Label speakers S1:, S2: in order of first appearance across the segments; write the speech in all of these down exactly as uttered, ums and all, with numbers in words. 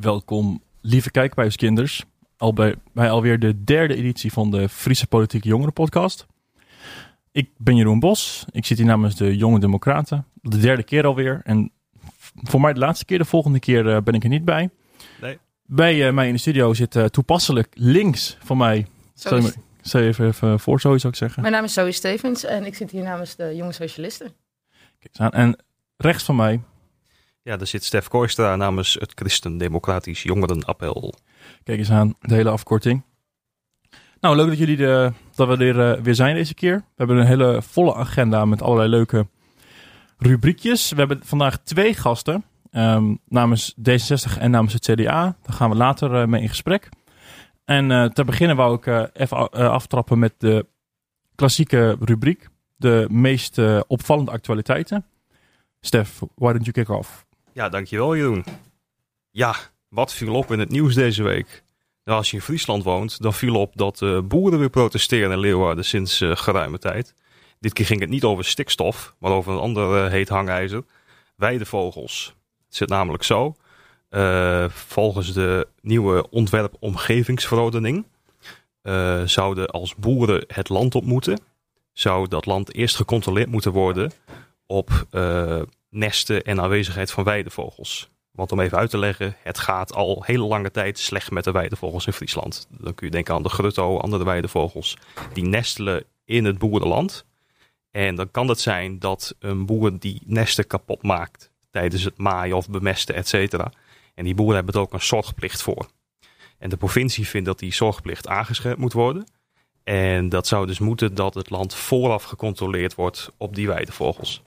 S1: Welkom, lieve kijkbuiskinders, al bij, bij alweer de derde editie van de Friese Politieke Jongerenpodcast. Ik ben Jeroen Bos, ik zit hier namens de Jonge Democraten, de derde keer alweer. En voor mij de laatste keer, de volgende keer uh, ben ik er niet bij.
S2: Nee.
S1: Bij uh, mij in de studio zit uh, toepasselijk links van mij, stel je, stel je even, even voor, zo zou ik zeggen.
S3: Mijn naam is Zoe Stevens en ik zit hier namens de Jonge Socialisten.
S1: Kijk eens aan. En rechts van mij...
S2: Ja, daar zit Stef Kooistra namens het Christen-Democratisch Jongerenappel.
S1: Kijk eens aan, de hele afkorting. Nou, leuk dat jullie de, dat we er uh, weer zijn deze keer. We hebben een hele volle agenda met allerlei leuke rubriekjes. We hebben vandaag twee gasten, um, namens D zesenzestig en namens het C D A. Daar gaan we later uh, mee in gesprek. En uh, ter beginnen wou ik uh, even uh, aftrappen met de klassieke rubriek. De meest uh, opvallende actualiteiten. Stef, why don't you kick off?
S2: Ja, dankjewel Jeroen. Ja, wat viel op in het nieuws deze week? Nou, als je in Friesland woont, dan viel op dat uh, boeren weer protesteren in Leeuwarden sinds uh, geruime tijd. Dit keer ging het niet over stikstof, maar over een ander uh, heet hangijzer. Weidevogels. Het zit namelijk zo. Uh, volgens de nieuwe ontwerp-omgevingsverordening uh, zouden als boeren het land op moeten, zou dat land eerst gecontroleerd moeten worden op uh, nesten en aanwezigheid van weidevogels. Want om even uit te leggen, het gaat al hele lange tijd slecht met de weidevogels in Friesland. Dan kun je denken aan de grutto, andere weidevogels. Die nestelen in het boerenland. En dan kan het zijn dat een boer die nesten kapot maakt tijdens het maaien of bemesten, et cetera. En die boeren hebben er ook een zorgplicht voor. En de provincie vindt dat die zorgplicht aangescherpt moet worden. En dat zou dus moeten dat het land vooraf gecontroleerd wordt op die weidevogels.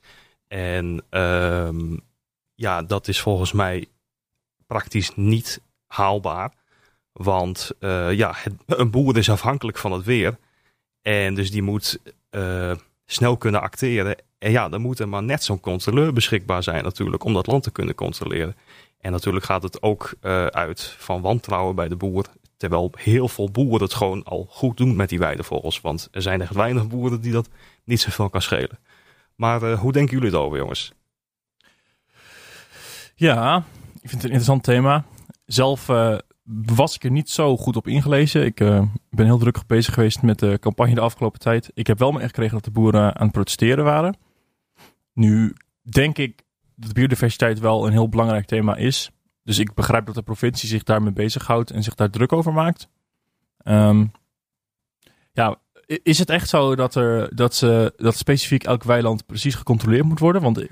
S2: En um, ja, dat is volgens mij praktisch niet haalbaar. Want uh, ja, het, een boer is afhankelijk van het weer. En dus die moet uh, snel kunnen acteren. En ja, dan moet er maar net zo'n controleur beschikbaar zijn natuurlijk om dat land te kunnen controleren. En natuurlijk gaat het ook uh, uit van wantrouwen bij de boer. Terwijl heel veel boeren het gewoon al goed doen met die weidevogels. Want er zijn echt weinig boeren die dat niet zoveel kan schelen. Maar uh, hoe denken jullie erover, jongens?
S1: Ja, ik vind het een interessant thema. Zelf uh, was ik er niet zo goed op ingelezen. Ik uh, ben heel druk bezig geweest met de campagne de afgelopen tijd. Ik heb wel mee gekregen dat de boeren aan het protesteren waren. Nu denk ik dat de biodiversiteit wel een heel belangrijk thema is. Dus ik begrijp dat de provincie zich daarmee bezighoudt en zich daar druk over maakt. Um, ja, is het echt zo dat er dat ze dat specifiek elk weiland precies gecontroleerd moet worden? Want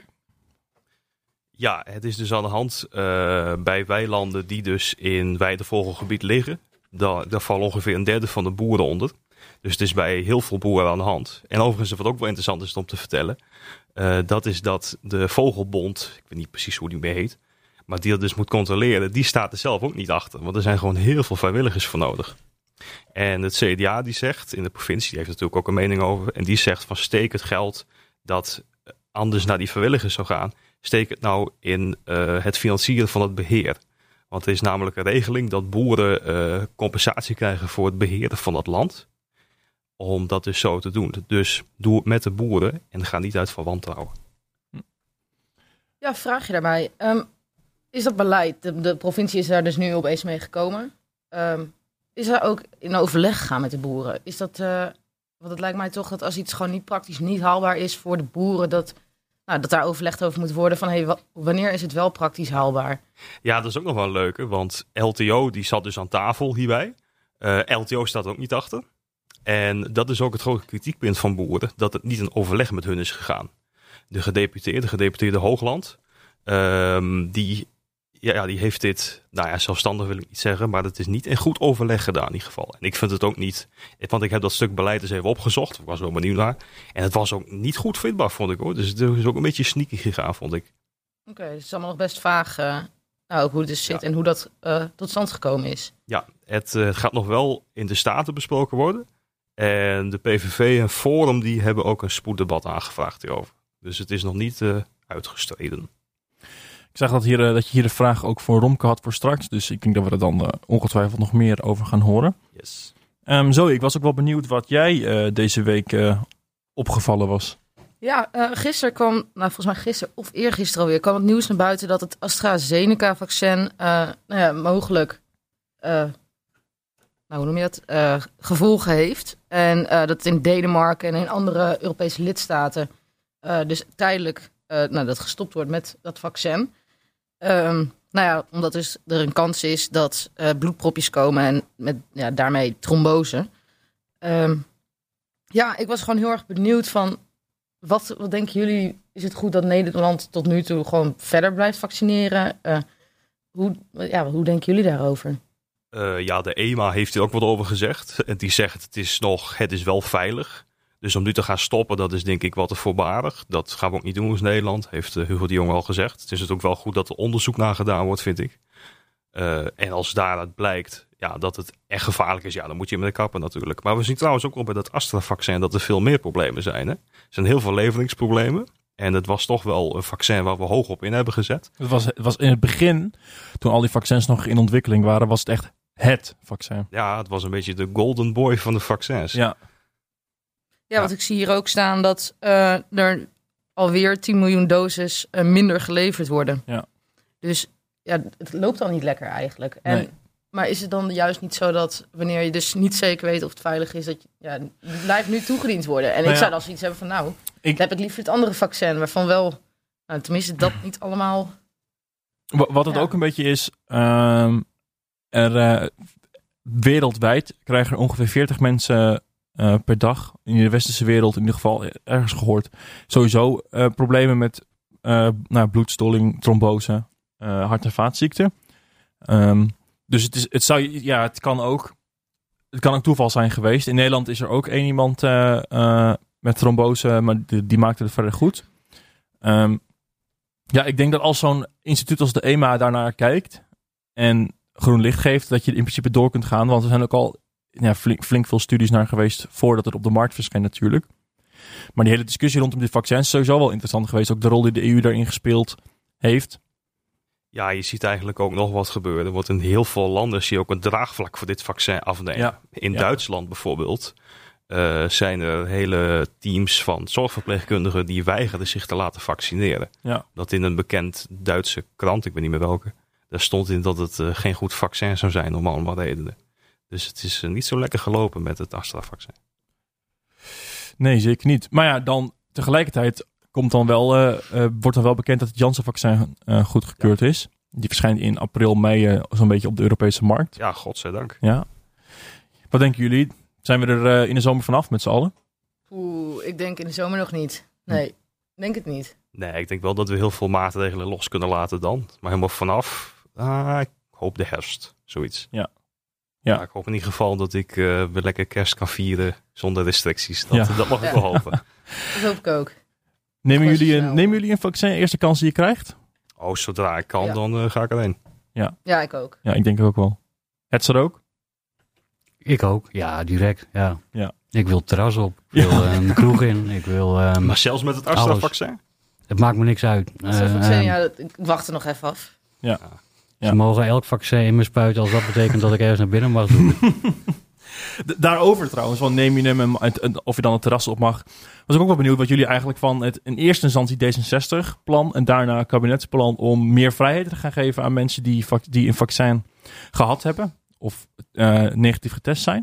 S2: ja, het is dus aan de hand uh, bij weilanden die dus in weidevogelgebied liggen. Daar, daar valt ongeveer een derde van de boeren onder. Dus het is bij heel veel boeren aan de hand. En overigens, wat ook wel interessant is om te vertellen, uh, dat is dat de Vogelbond, ik weet niet precies hoe die meer heet, maar die dat dus moet controleren, die staat er zelf ook niet achter. Want er zijn gewoon heel veel vrijwilligers voor nodig. En het C D A die zegt, in de provincie, die heeft natuurlijk ook een mening over, en die zegt van steek het geld dat anders naar die vrijwilligers zou gaan, steek het nou in uh, het financieren van het beheer. Want er is namelijk een regeling dat boeren uh, compensatie krijgen voor het beheren van dat land. Om dat dus zo te doen. Dus doe het met de boeren en ga niet uit van wantrouwen.
S3: Ja, vraag je daarbij. Um, is dat beleid, de, de provincie is daar dus nu opeens mee gekomen. Um, is er ook in overleg gegaan met de boeren? Is dat, uh, want het lijkt mij toch dat als iets gewoon niet praktisch niet haalbaar is voor de boeren, dat, nou, dat daar overlegd over moet worden van hey, wa- wanneer is het wel praktisch haalbaar?
S2: Ja, dat is ook nog wel een leuke, want L T O die zat dus aan tafel hierbij. Uh, L T O staat er ook niet achter. En dat is ook het grote kritiekpunt van boeren, dat het niet een overleg met hun is gegaan. De gedeputeerde, de gedeputeerde Hoogland, um, die, ja, die heeft dit, nou ja, zelfstandig wil ik niet zeggen, maar het is niet in goed overleg gedaan in ieder geval. En ik vind het ook niet, want ik heb dat stuk beleid eens even opgezocht, ik was wel benieuwd naar. En het was ook niet goed vindbaar, vond ik hoor. Dus het is ook een beetje sneaky gegaan, vond ik.
S3: Oké, okay, dus het is allemaal nog best vaag, uh, nou, ook hoe het dus zit ja. en hoe dat uh, tot stand gekomen is.
S2: Ja, het, uh, het gaat nog wel in de Staten besproken worden. En de P V V en Forum die hebben ook een spoeddebat aangevraagd hierover. Dus het is nog niet uh, uitgestreden.
S1: Ik zag dat, hier, uh, dat je hier de vraag ook voor Romke had voor straks. Dus ik denk dat we er dan uh, ongetwijfeld nog meer over gaan horen.
S2: Yes.
S1: Um, Zoe, ik was ook wel benieuwd wat jij uh, deze week uh, opgevallen was.
S3: Ja, uh, gisteren kwam, nou volgens mij gisteren of eergisteren alweer, kwam het nieuws naar buiten dat het AstraZeneca-vaccin uh, nou ja, mogelijk, uh, nou, hoe noem je dat, uh, gevolgen heeft. En uh, dat het in Denemarken en in andere Europese lidstaten uh, dus tijdelijk uh, nou, dat gestopt wordt met dat vaccin. Um, nou ja, omdat dus er een kans is dat uh, bloedpropjes komen en met ja, daarmee trombose. Um, ja, ik was gewoon heel erg benieuwd van, wat, wat denken jullie, is het goed dat Nederland tot nu toe gewoon verder blijft vaccineren? Uh, hoe, ja, hoe denken jullie daarover?
S2: Uh, ja, de E M A heeft hier ook wat over gezegd. En die zegt, het is nog, het is wel veilig. Dus om nu te gaan stoppen, dat is denk ik wat te voorbarig. Dat gaan we ook niet doen als Nederland, heeft uh, Hugo de Jonge al gezegd. Het is het ook wel goed dat er onderzoek naar gedaan wordt, vind ik. Uh, en als daaruit blijkt ja, dat het echt gevaarlijk is, ja, dan moet je met de kappen natuurlijk. Maar we zien trouwens ook al bij dat Astra-vaccin dat er veel meer problemen zijn. Hè? Er zijn heel veel leveringsproblemen. En het was toch wel een vaccin waar we hoog op in hebben gezet.
S1: Het was, het was in het begin, toen al die vaccins nog in ontwikkeling waren, was het echt het vaccin.
S2: Ja, het was een beetje de golden boy van de vaccins.
S1: Ja.
S3: Ja, want ik zie hier ook staan dat uh, er alweer tien miljoen doses uh, minder geleverd worden.
S1: Ja.
S3: Dus ja, het loopt al niet lekker eigenlijk. En,
S1: nee.
S3: Maar is het dan juist niet zo dat wanneer je dus niet zeker weet of het veilig is, dat je, ja, het blijft nu toegediend worden? En
S1: nou
S3: ik
S1: ja,
S3: zou dan zoiets hebben van, nou,
S1: ik
S3: dan heb ik liever het andere vaccin, waarvan wel, nou, tenminste dat niet allemaal.
S1: Wat het
S3: ja.
S1: ook een beetje is, um, er uh, wereldwijd krijgen er ongeveer veertig mensen uh, per dag in de westerse wereld in ieder geval ergens gehoord. Sowieso uh, problemen met uh, nou, bloedstolling, trombose, uh, hart- en vaatziekten. Um, dus het, is, het, zou, ja, het kan ook het kan ook toeval zijn geweest. In Nederland is er ook één iemand uh, uh, met trombose, maar die, die maakte het verder goed. Um, ja, ik denk dat als zo'n instituut als de E M A daarnaar kijkt en groen licht geeft, dat je in principe door kunt gaan. Want er zijn ook al ja, flink, flink veel studies naar geweest voordat het op de markt verscheen natuurlijk. Maar die hele discussie rondom dit vaccin is sowieso wel interessant geweest. Ook de rol die de E U daarin gespeeld heeft.
S2: Ja, je ziet eigenlijk ook nog wat gebeuren. Er wordt in heel veel landen zie je ook een draagvlak voor dit vaccin afnemen. Ja. In ja. Duitsland bijvoorbeeld uh, zijn er hele teams van zorgverpleegkundigen die weigerden zich te laten vaccineren.
S1: Ja. Dat
S2: in een bekend Duitse krant, ik weet niet meer welke, daar stond in dat het uh, geen goed vaccin zou zijn om allemaal redenen. Dus het is uh, niet zo lekker gelopen met het Astra-vaccin.
S1: Nee, zeker niet. Maar ja, dan tegelijkertijd komt dan wel, uh, uh, wordt dan wel bekend dat het Janssen-vaccin uh, goedgekeurd ja. is. Die verschijnt in april, mei uh, zo'n beetje op de Europese markt.
S2: Ja, godzijdank.
S1: Ja. Wat denken jullie? Zijn we er uh, in de zomer vanaf met z'n allen?
S3: Oeh, ik denk in de zomer nog niet. Nee, hm. denk het niet.
S2: Nee, ik denk wel dat we heel veel maatregelen los kunnen laten dan. Maar helemaal vanaf, ah, ik hoop de herfst, zoiets.
S1: Ja. Ja.
S2: Ja, ik hoop in ieder geval dat ik uh, weer lekker kerst kan vieren zonder restricties. Dat, ja. dat mag ik
S3: ja.
S2: wel hopen.
S3: Dat hoop ik ook.
S1: Nemen jullie, een, nemen jullie een vaccin eerste kans die je krijgt?
S2: Oh, zodra ik kan,
S3: ja.
S2: dan uh, ga ik erheen.
S1: Ja.
S3: ja, ik ook.
S1: Ja, ik denk ook wel. Het er ook?
S4: Ik ook, ja, direct. Ja.
S1: Ja.
S4: Ik wil het terras op, ik wil uh, een kroeg in, ik wil... Um,
S2: maar zelfs met het Astra-vaccin?
S4: Het maakt me niks uit.
S3: Astra-vaccin, uh, um, ja, dat, ik wacht er nog even af.
S1: Ja.
S4: Ze
S1: ja.
S4: mogen elk vaccin in me spuiten als dat betekent dat ik ergens naar binnen mag doen.
S1: Daarover trouwens, want neem je hem en, en of je dan het terras op mag. Was ik ook wel benieuwd wat jullie eigenlijk van het in eerste instantie D zesenzestig-plan en daarna kabinetsplan om meer vrijheid te gaan geven aan mensen die, die een vaccin gehad hebben of uh, negatief getest zijn.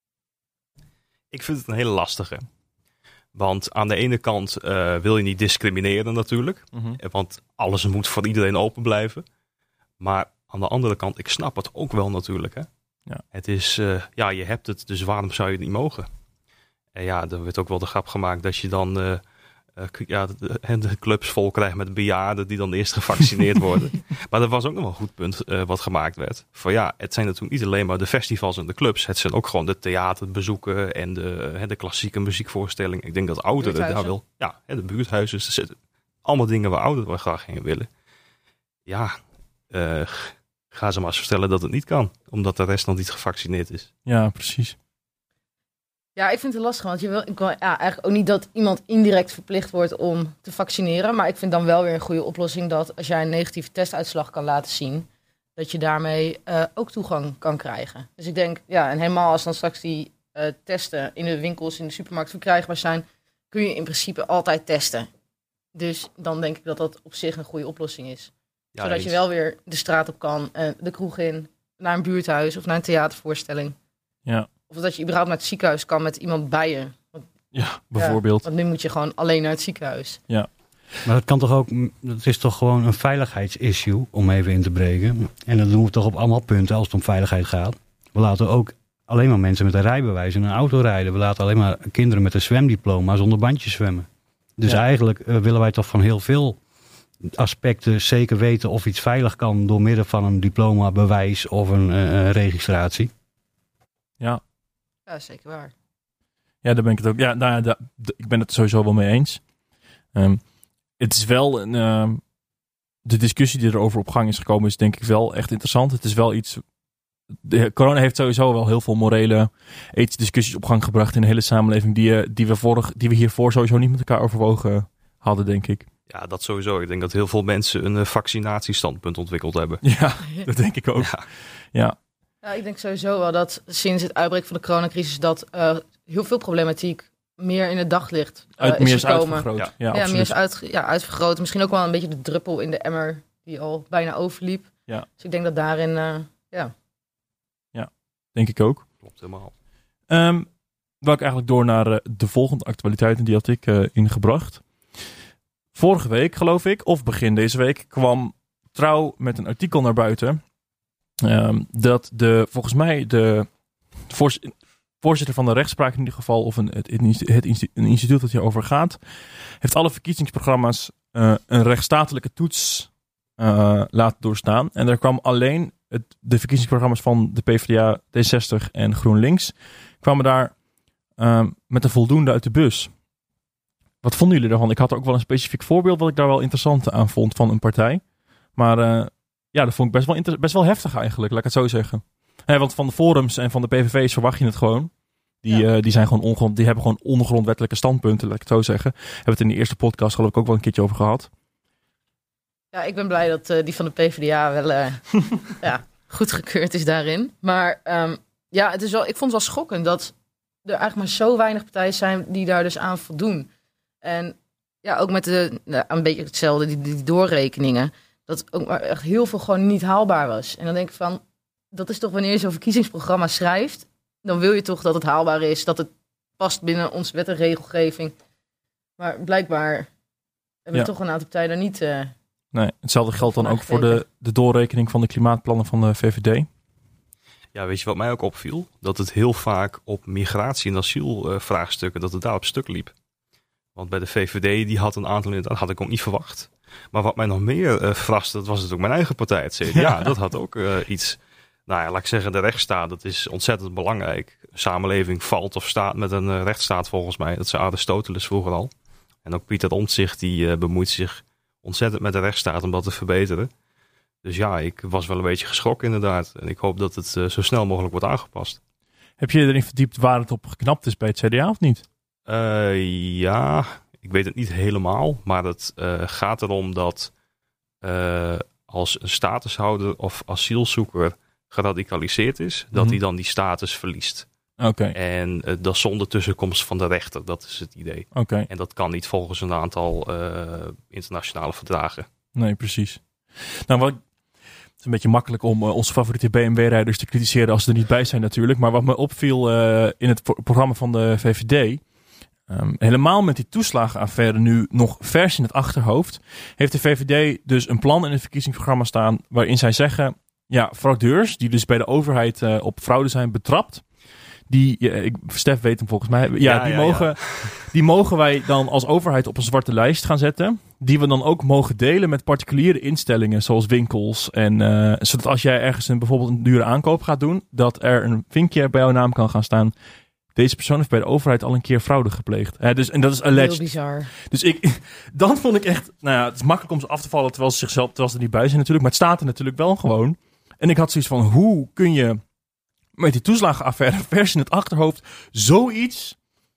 S2: Ik vind het een hele lastige. Want aan de ene kant uh, wil je niet discrimineren natuurlijk.
S1: Mm-hmm.
S2: Want alles moet voor iedereen open blijven. Maar aan de andere kant, ik snap het ook wel natuurlijk. Hè?
S1: Ja.
S2: Het is, uh, ja, je hebt het, dus waarom zou je het niet mogen? En ja, er werd ook wel de grap gemaakt dat je dan uh, uh, ja, de, de clubs vol krijgt met bejaarden die dan eerst gevaccineerd worden. Maar er was ook nog wel een goed punt uh, wat gemaakt werd. Van ja, het zijn natuurlijk niet alleen maar de festivals en de clubs. Het zijn ook gewoon de theaterbezoeken en de, uh, de klassieke muziekvoorstellingen. Ik denk dat ouderen daar wel, ja, de buurthuizen, er zitten allemaal dingen waar ouderen wel graag heen willen. Ja, uh, ga ze maar eens vertellen dat het niet kan. Omdat de rest nog niet gevaccineerd is.
S1: Ja, precies.
S3: Ja, ik vind het lastig. Want je wil, ik wil ja, eigenlijk ook niet dat iemand indirect verplicht wordt om te vaccineren. Maar ik vind dan wel weer een goede oplossing dat als jij een negatieve testuitslag kan laten zien, dat je daarmee uh, ook toegang kan krijgen. Dus ik denk, ja, en helemaal als dan straks die uh, testen in de winkels, in de supermarkt verkrijgbaar zijn, kun je in principe altijd testen. Dus dan denk ik dat dat op zich een goede oplossing is.
S2: Ja,
S3: Zodat
S2: eens.
S3: je wel weer de straat op kan, uh, de kroeg in, naar een buurthuis of naar een theatervoorstelling.
S1: Ja.
S3: Of dat je überhaupt naar het ziekenhuis kan met iemand bij je. Want,
S1: Ja, bijvoorbeeld.
S3: ja, want nu moet je gewoon alleen naar het ziekenhuis.
S1: Ja.
S4: Maar dat kan toch ook, het is toch gewoon een veiligheidsissue, om even in te breken. En dat doen we toch op allemaal punten als het om veiligheid gaat. We laten ook alleen maar mensen met een rijbewijs in een auto rijden. We laten alleen maar kinderen met een zwemdiploma zonder bandjes zwemmen. Dus
S1: Ja.
S4: eigenlijk uh, willen wij toch van heel veel aspecten zeker weten of iets veilig kan door middel van een diploma, bewijs of een uh, registratie.
S1: Ja.
S3: Ja, zeker waar.
S1: Ja, daar ben ik het ook. Ja, nou ja, da, d- ik ben het sowieso wel mee eens. Um, het is wel een. Um, de discussie die erover op gang is gekomen, is denk ik wel echt interessant. Het is wel iets. De corona heeft sowieso wel heel veel morele, ethische discussies op gang gebracht in de hele samenleving. Die, die, we, vorig, die we hiervoor sowieso niet met elkaar overwogen hadden, denk ik.
S2: Ja, dat sowieso. Ik denk dat heel veel mensen een uh, vaccinatiestandpunt ontwikkeld hebben.
S1: Ja, dat denk ik ook.
S2: Ja.
S1: Ja.
S3: Ja, ik denk sowieso wel dat sinds het uitbreken van de coronacrisis dat uh, heel veel problematiek meer in het daglicht uh,
S1: Uit,
S3: is
S1: meer is
S3: gekomen.
S1: uitvergroot.
S2: Ja.
S1: Ja,
S3: Ja,
S1: absoluut.
S3: meer is uit, ja, uitvergroot. Misschien ook wel een beetje de druppel in de emmer die al bijna overliep.
S1: Ja.
S3: Dus ik denk dat daarin, uh, ja.
S1: Denk ik ook.
S2: Klopt helemaal.
S1: Um, wil ik eigenlijk door naar uh, de volgende actualiteit en die had ik uh, ingebracht. Vorige week, geloof ik, of begin deze week, kwam Trouw met een artikel naar buiten. Um, dat de, volgens mij, de voorz- voorzitter van de rechtspraak in ieder geval, of een, het, het instituut, een instituut dat hierover gaat, heeft alle verkiezingsprogramma's uh, een rechtsstatelijke toets uh, laten doorstaan. En er kwam alleen het, de verkiezingsprogramma's van de PvdA, D zestig en GroenLinks kwamen daar um, met een voldoende uit de bus. Wat vonden jullie daarvan? Ik had ook wel een specifiek voorbeeld wat ik daar wel interessant aan vond van een partij. Maar uh, ja, dat vond ik best wel, inter- best wel heftig eigenlijk, laat ik het zo zeggen. He, want van de forums en van de P V V's verwacht je het gewoon. Die,
S3: Ja.
S1: uh, die, zijn gewoon ongrond, die hebben gewoon ongrondwettelijke standpunten, laat ik het zo zeggen. Hebben we het in de eerste podcast geloof ik ook wel een keertje over gehad.
S3: Ja, ik ben blij dat uh, die van de PvdA wel uh, ja, goedgekeurd is daarin. Maar um, ja, het is wel, ik vond het wel schokkend dat er eigenlijk maar zo weinig partijen zijn die daar dus aan voldoen. En ja, ook met de, nou, een beetje hetzelfde, die, die doorrekeningen. Dat ook maar echt heel veel gewoon niet haalbaar was. En dan denk ik van, dat is toch wanneer je zo'n verkiezingsprogramma schrijft, dan wil je toch dat het haalbaar is, dat het past binnen onze wet en regelgeving. Maar blijkbaar hebben
S1: Ja.
S3: toch een aantal partijen daar niet... Uh,
S1: Nee, hetzelfde geldt dan
S3: Van
S1: ook voor de, de doorrekening van de klimaatplannen van de V V D.
S2: Ja, weet je wat mij ook opviel? Dat het heel vaak op migratie- en asielvraagstukken, dat het daar op stuk liep. Want bij de V V D, die had een aantal, dat had ik ook niet verwacht. Maar wat mij nog meer uh, verraste, dat was het ook mijn eigen partij, het C D A. Ja, dat had ook uh, iets, nou ja, laat ik zeggen, de rechtsstaat, dat is ontzettend belangrijk. Een samenleving valt of staat met een uh, rechtsstaat volgens mij. Dat zei Aristoteles vroeger al. En ook Pieter Omtzigt, die uh, bemoeit zich ontzettend met de rechtsstaat om dat te verbeteren. Dus ja, ik was wel een beetje geschrokken inderdaad. En ik hoop dat het uh, zo snel mogelijk wordt aangepast.
S1: Heb je erin verdiept waar het op geknapt is bij het C D A of niet?
S2: Uh, ja, ik weet het niet helemaal. Maar het uh, gaat erom dat uh, als een statushouder of asielzoeker geradicaliseerd is, mm-hmm. dat hij dan die status verliest.
S1: Oké. Okay.
S2: En uh, dat zonder tussenkomst van de rechter, dat is het idee.
S1: Oké. Okay.
S2: En dat kan niet volgens een aantal uh, internationale verdragen.
S1: Nee, precies. Nou, wat, het is een beetje makkelijk om uh, onze favoriete B M W-rijders te kritiseren als ze er niet bij zijn natuurlijk. Maar wat me opviel uh, in het pro- programma van de V V D, um, helemaal met die toeslagenaffaire nu nog vers in het achterhoofd, heeft de V V D dus een plan in het verkiezingsprogramma staan waarin zij zeggen, ja, fraudeurs die dus bij de overheid uh, op fraude zijn betrapt, die, ja, ik, Stef weet hem volgens mij, ja,
S2: ja,
S1: die,
S2: ja,
S1: mogen,
S2: ja.
S1: die mogen wij dan als overheid op een zwarte lijst gaan zetten. Die we dan ook mogen delen met particuliere instellingen zoals winkels. En uh, zodat als jij ergens een, bijvoorbeeld een dure aankoop gaat doen, dat er een vinkje bij jouw naam kan gaan staan. Deze persoon heeft bij de overheid al een keer fraude gepleegd. Hè, dus, en dat is alleged.
S3: Heel bizar.
S1: Dus ik, dan vond ik echt, nou ja, het is makkelijk om ze af te vallen terwijl ze zichzelf, terwijl ze er niet bij zijn natuurlijk. Maar het staat er natuurlijk wel gewoon. En ik had zoiets van, hoe kun je met die toeslagenaffaire vers in het achterhoofd zoiets...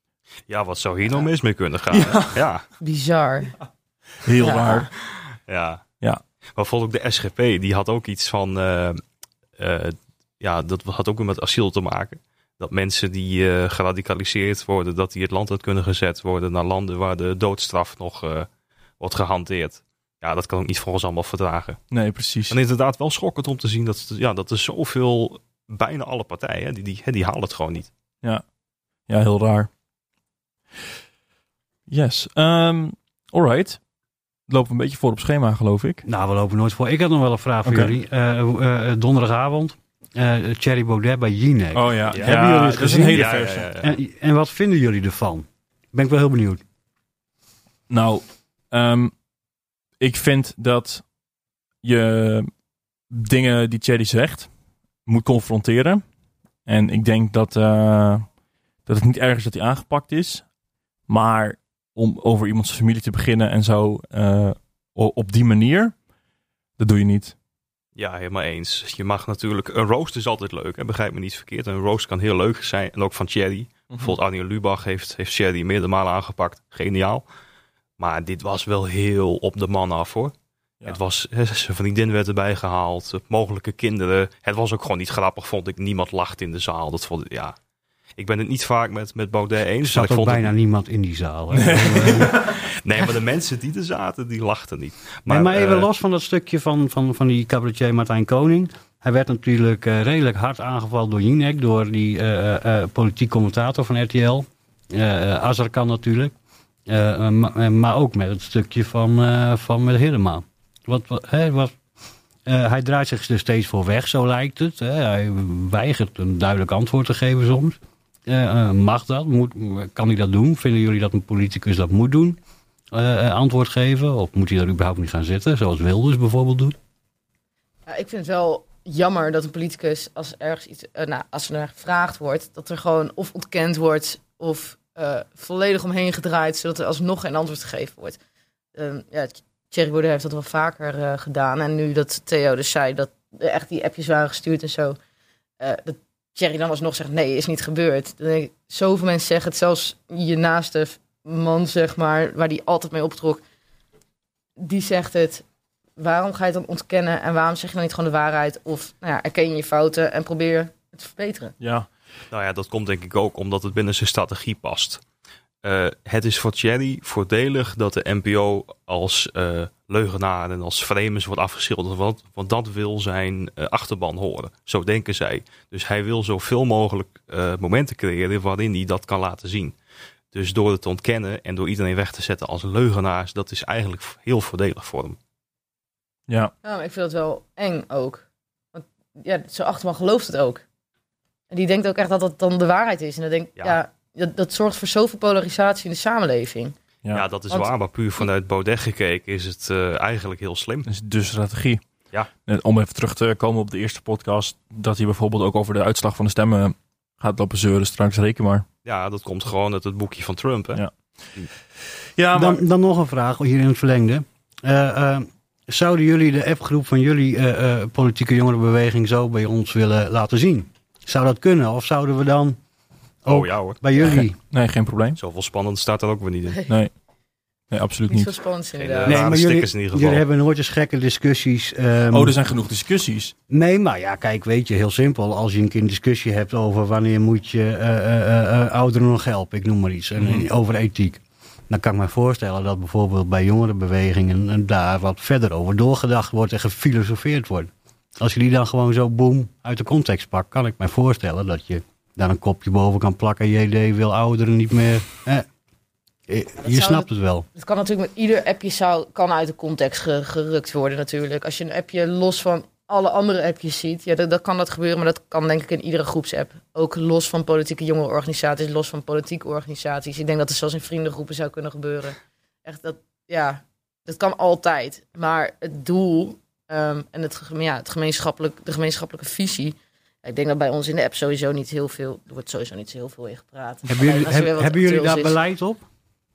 S2: Ja, wat zou hier nog mis mee kunnen gaan?
S1: Ja.
S2: Ja.
S3: Bizar.
S1: Heel
S3: Ja.
S1: raar.
S2: Ja.
S1: Ja.
S2: Maar volgens ook de S G P, die had ook iets van, uh, uh, ja, dat had ook weer met asiel te maken. Dat mensen die uh, geradicaliseerd worden, dat die het land uit kunnen gezet worden naar landen waar de doodstraf nog uh, wordt gehanteerd. Ja, dat kan ik niet voor ons allemaal verdragen.
S1: Nee, precies.
S2: En inderdaad wel schokkend om te zien dat, ja, dat er zoveel, bijna alle partijen, die, die, die halen het gewoon niet.
S1: Ja, ja heel raar. Yes. Um, alright. Lopen we een beetje voor op schema, geloof ik.
S4: Nou, we lopen nooit voor. Ik had nog wel een vraag voor
S1: Okay.
S4: jullie. Uh, uh, donderdagavond, uh, Thierry Baudet bij Jinek.
S1: Oh ja, ja.
S2: Ja,
S4: hebben jullie het
S1: dat is
S4: gezien?
S1: een hele
S2: Ja,
S1: versie.
S2: ja, ja, ja.
S4: En, en wat vinden jullie ervan? Ben ik wel heel benieuwd.
S1: Nou, um, ik vind dat je dingen die Thierry zegt moet confronteren. En ik denk dat, uh, dat het niet erg is dat hij aangepakt is. Maar om over iemands familie te beginnen en zo uh, op die manier, dat doe je niet.
S2: Ja, helemaal eens. Je mag natuurlijk... Een roast is altijd leuk, hè? Begrijp me niet verkeerd. Een roast kan heel leuk zijn. En ook van Thierry. Mm-hmm. Bijvoorbeeld Arjen Lubach heeft, heeft Thierry meerdere malen aangepakt. Geniaal. Maar dit was wel heel op de man af, hoor. Ja. Het was... Zijn vriendin werd erbij gehaald. Mogelijke kinderen. Het was ook gewoon niet grappig, vond ik. Niemand lacht in de zaal. Dat vond ik... Ja... Ik ben het niet vaak met, met Baudet eens.
S4: Er zat
S2: ik
S4: ook
S2: vond
S4: bijna
S2: het...
S4: niemand in die zaal.
S2: Nee, maar de mensen die er zaten, die lachten niet.
S4: Maar, nee, maar even
S2: uh,
S4: los van dat stukje van, van, van die cabaretier Martijn Koning. Hij werd natuurlijk uh, redelijk hard aangevallen door Jinek. Door die uh, uh, politiek commentator van R T L. Uh, Azarkan natuurlijk. Uh, ma, maar ook met het stukje van, uh, van met Hiddema. Wat, wat, hè, wat, uh, hij draait zich er steeds voor weg, zo lijkt het. Hè. Hij weigert een duidelijk antwoord te geven soms. Uh, uh, mag dat? Moet, kan hij dat doen? Vinden jullie dat een politicus dat moet doen? Uh, antwoord geven? Of moet hij er überhaupt niet gaan zitten? Zoals Wilders bijvoorbeeld doet?
S3: Ja, ik vind het wel jammer dat een politicus, als ergens iets, uh, nou, als er naar gevraagd wordt, dat er gewoon of ontkend wordt of uh, volledig omheen gedraaid, zodat er alsnog geen antwoord gegeven wordt. Um, ja, Thierry Baudet heeft dat wel vaker uh, gedaan. En nu dat Theo dus zei dat er echt die appjes waren gestuurd en zo, uh, dat Thierry dan alsnog zegt, nee, is niet gebeurd. Dan denk ik, zoveel mensen zeggen het, zelfs je naaste man, zeg maar, waar die altijd mee optrok, die zegt het. Waarom ga je het dan ontkennen en waarom zeg je dan niet gewoon de waarheid? Of nou ja, erken je je fouten en probeer het te verbeteren.
S1: Ja.
S2: Nou ja, dat komt denk ik ook omdat het binnen zijn strategie past. Uh, het is voor Thierry voordelig dat de N P O als uh, leugenaar en als vreemdes wordt afgeschilderd. Want, want dat wil zijn uh, achterban horen. Zo denken zij. Dus hij wil zoveel mogelijk uh, momenten creëren waarin hij dat kan laten zien. Dus door het te ontkennen en door iedereen weg te zetten als leugenaars, dat is eigenlijk heel voordelig voor hem.
S1: Ja.
S3: Ja, maar ik vind dat wel eng ook. Want ja, zijn achterban gelooft het ook. En die denkt ook echt dat dat dan de waarheid is. En dan denk ik, ja, ja dat, dat zorgt voor zoveel polarisatie in de samenleving.
S2: Ja, ja dat is
S3: Want,
S2: waar. Maar puur vanuit Baudet gekeken is het uh, eigenlijk heel slim.
S1: Dat is de strategie.
S2: Ja.
S1: Om even terug te komen op de eerste podcast, dat hij bijvoorbeeld ook over de uitslag van de stemmen gaat lopen zeuren. Straks reken maar.
S2: Ja, dat komt gewoon uit het boekje van Trump. Hè?
S1: Ja. Ja, maar...
S4: dan, dan nog een vraag hier in het verlengde. Uh, uh, zouden jullie de appgroep van jullie uh, uh, politieke jongerenbeweging zo bij ons willen laten zien? Zou dat kunnen? Of zouden we dan ook
S2: oh, ja, hoor.
S4: bij jullie...
S1: Nee, geen probleem.
S2: Zoveel spannend staat er ook weer niet in.
S3: Nee,
S1: Nee, nee absoluut
S3: niet
S1: niet.
S3: zo spannend
S2: Geen,
S3: inderdaad.
S2: uh,
S4: Nee, maar
S2: stickers
S4: jullie,
S2: in ieder geval.
S4: jullie hebben nooit eens gekke discussies. Um,
S1: Oh, er zijn genoeg discussies.
S4: Nee, maar ja, kijk, weet je, heel simpel. Als je een keer een discussie hebt over wanneer moet je uh, uh, uh, ouderen nog helpen, ik noem maar iets, en,
S1: Mm-hmm.
S4: over ethiek. Dan kan ik me voorstellen dat bijvoorbeeld bij jongerenbewegingen en daar wat verder over doorgedacht wordt en gefilosofeerd wordt. Als je die dan gewoon zo boem uit de context pakt, kan ik me voorstellen dat je daar een kopje boven kan plakken. J D wil ouderen niet meer. Eh, je
S3: zou
S4: snapt
S3: het-
S4: het wel.
S3: Het kan natuurlijk met ieder appje zou, kan uit de context ge- gerukt worden natuurlijk. Als je een appje los van alle andere appjes ziet, ja, dan, dan kan dat gebeuren. Maar dat kan denk ik in iedere groepsapp. Ook los van politieke jongerenorganisaties, los van politieke organisaties. Ik denk dat het zelfs in vriendengroepen zou kunnen gebeuren. Echt, dat, ja, dat kan altijd. Maar het doel um, en het, ge- ja, het gemeenschappelijk, de gemeenschappelijke visie. Ja, ik denk dat bij ons in de app sowieso niet heel veel, er wordt sowieso niet zo heel veel in gepraat.
S4: Hebben jullie,
S3: Als er weer
S4: heb-
S3: wat
S4: hebben jullie daar
S3: actueels is.
S4: beleid op?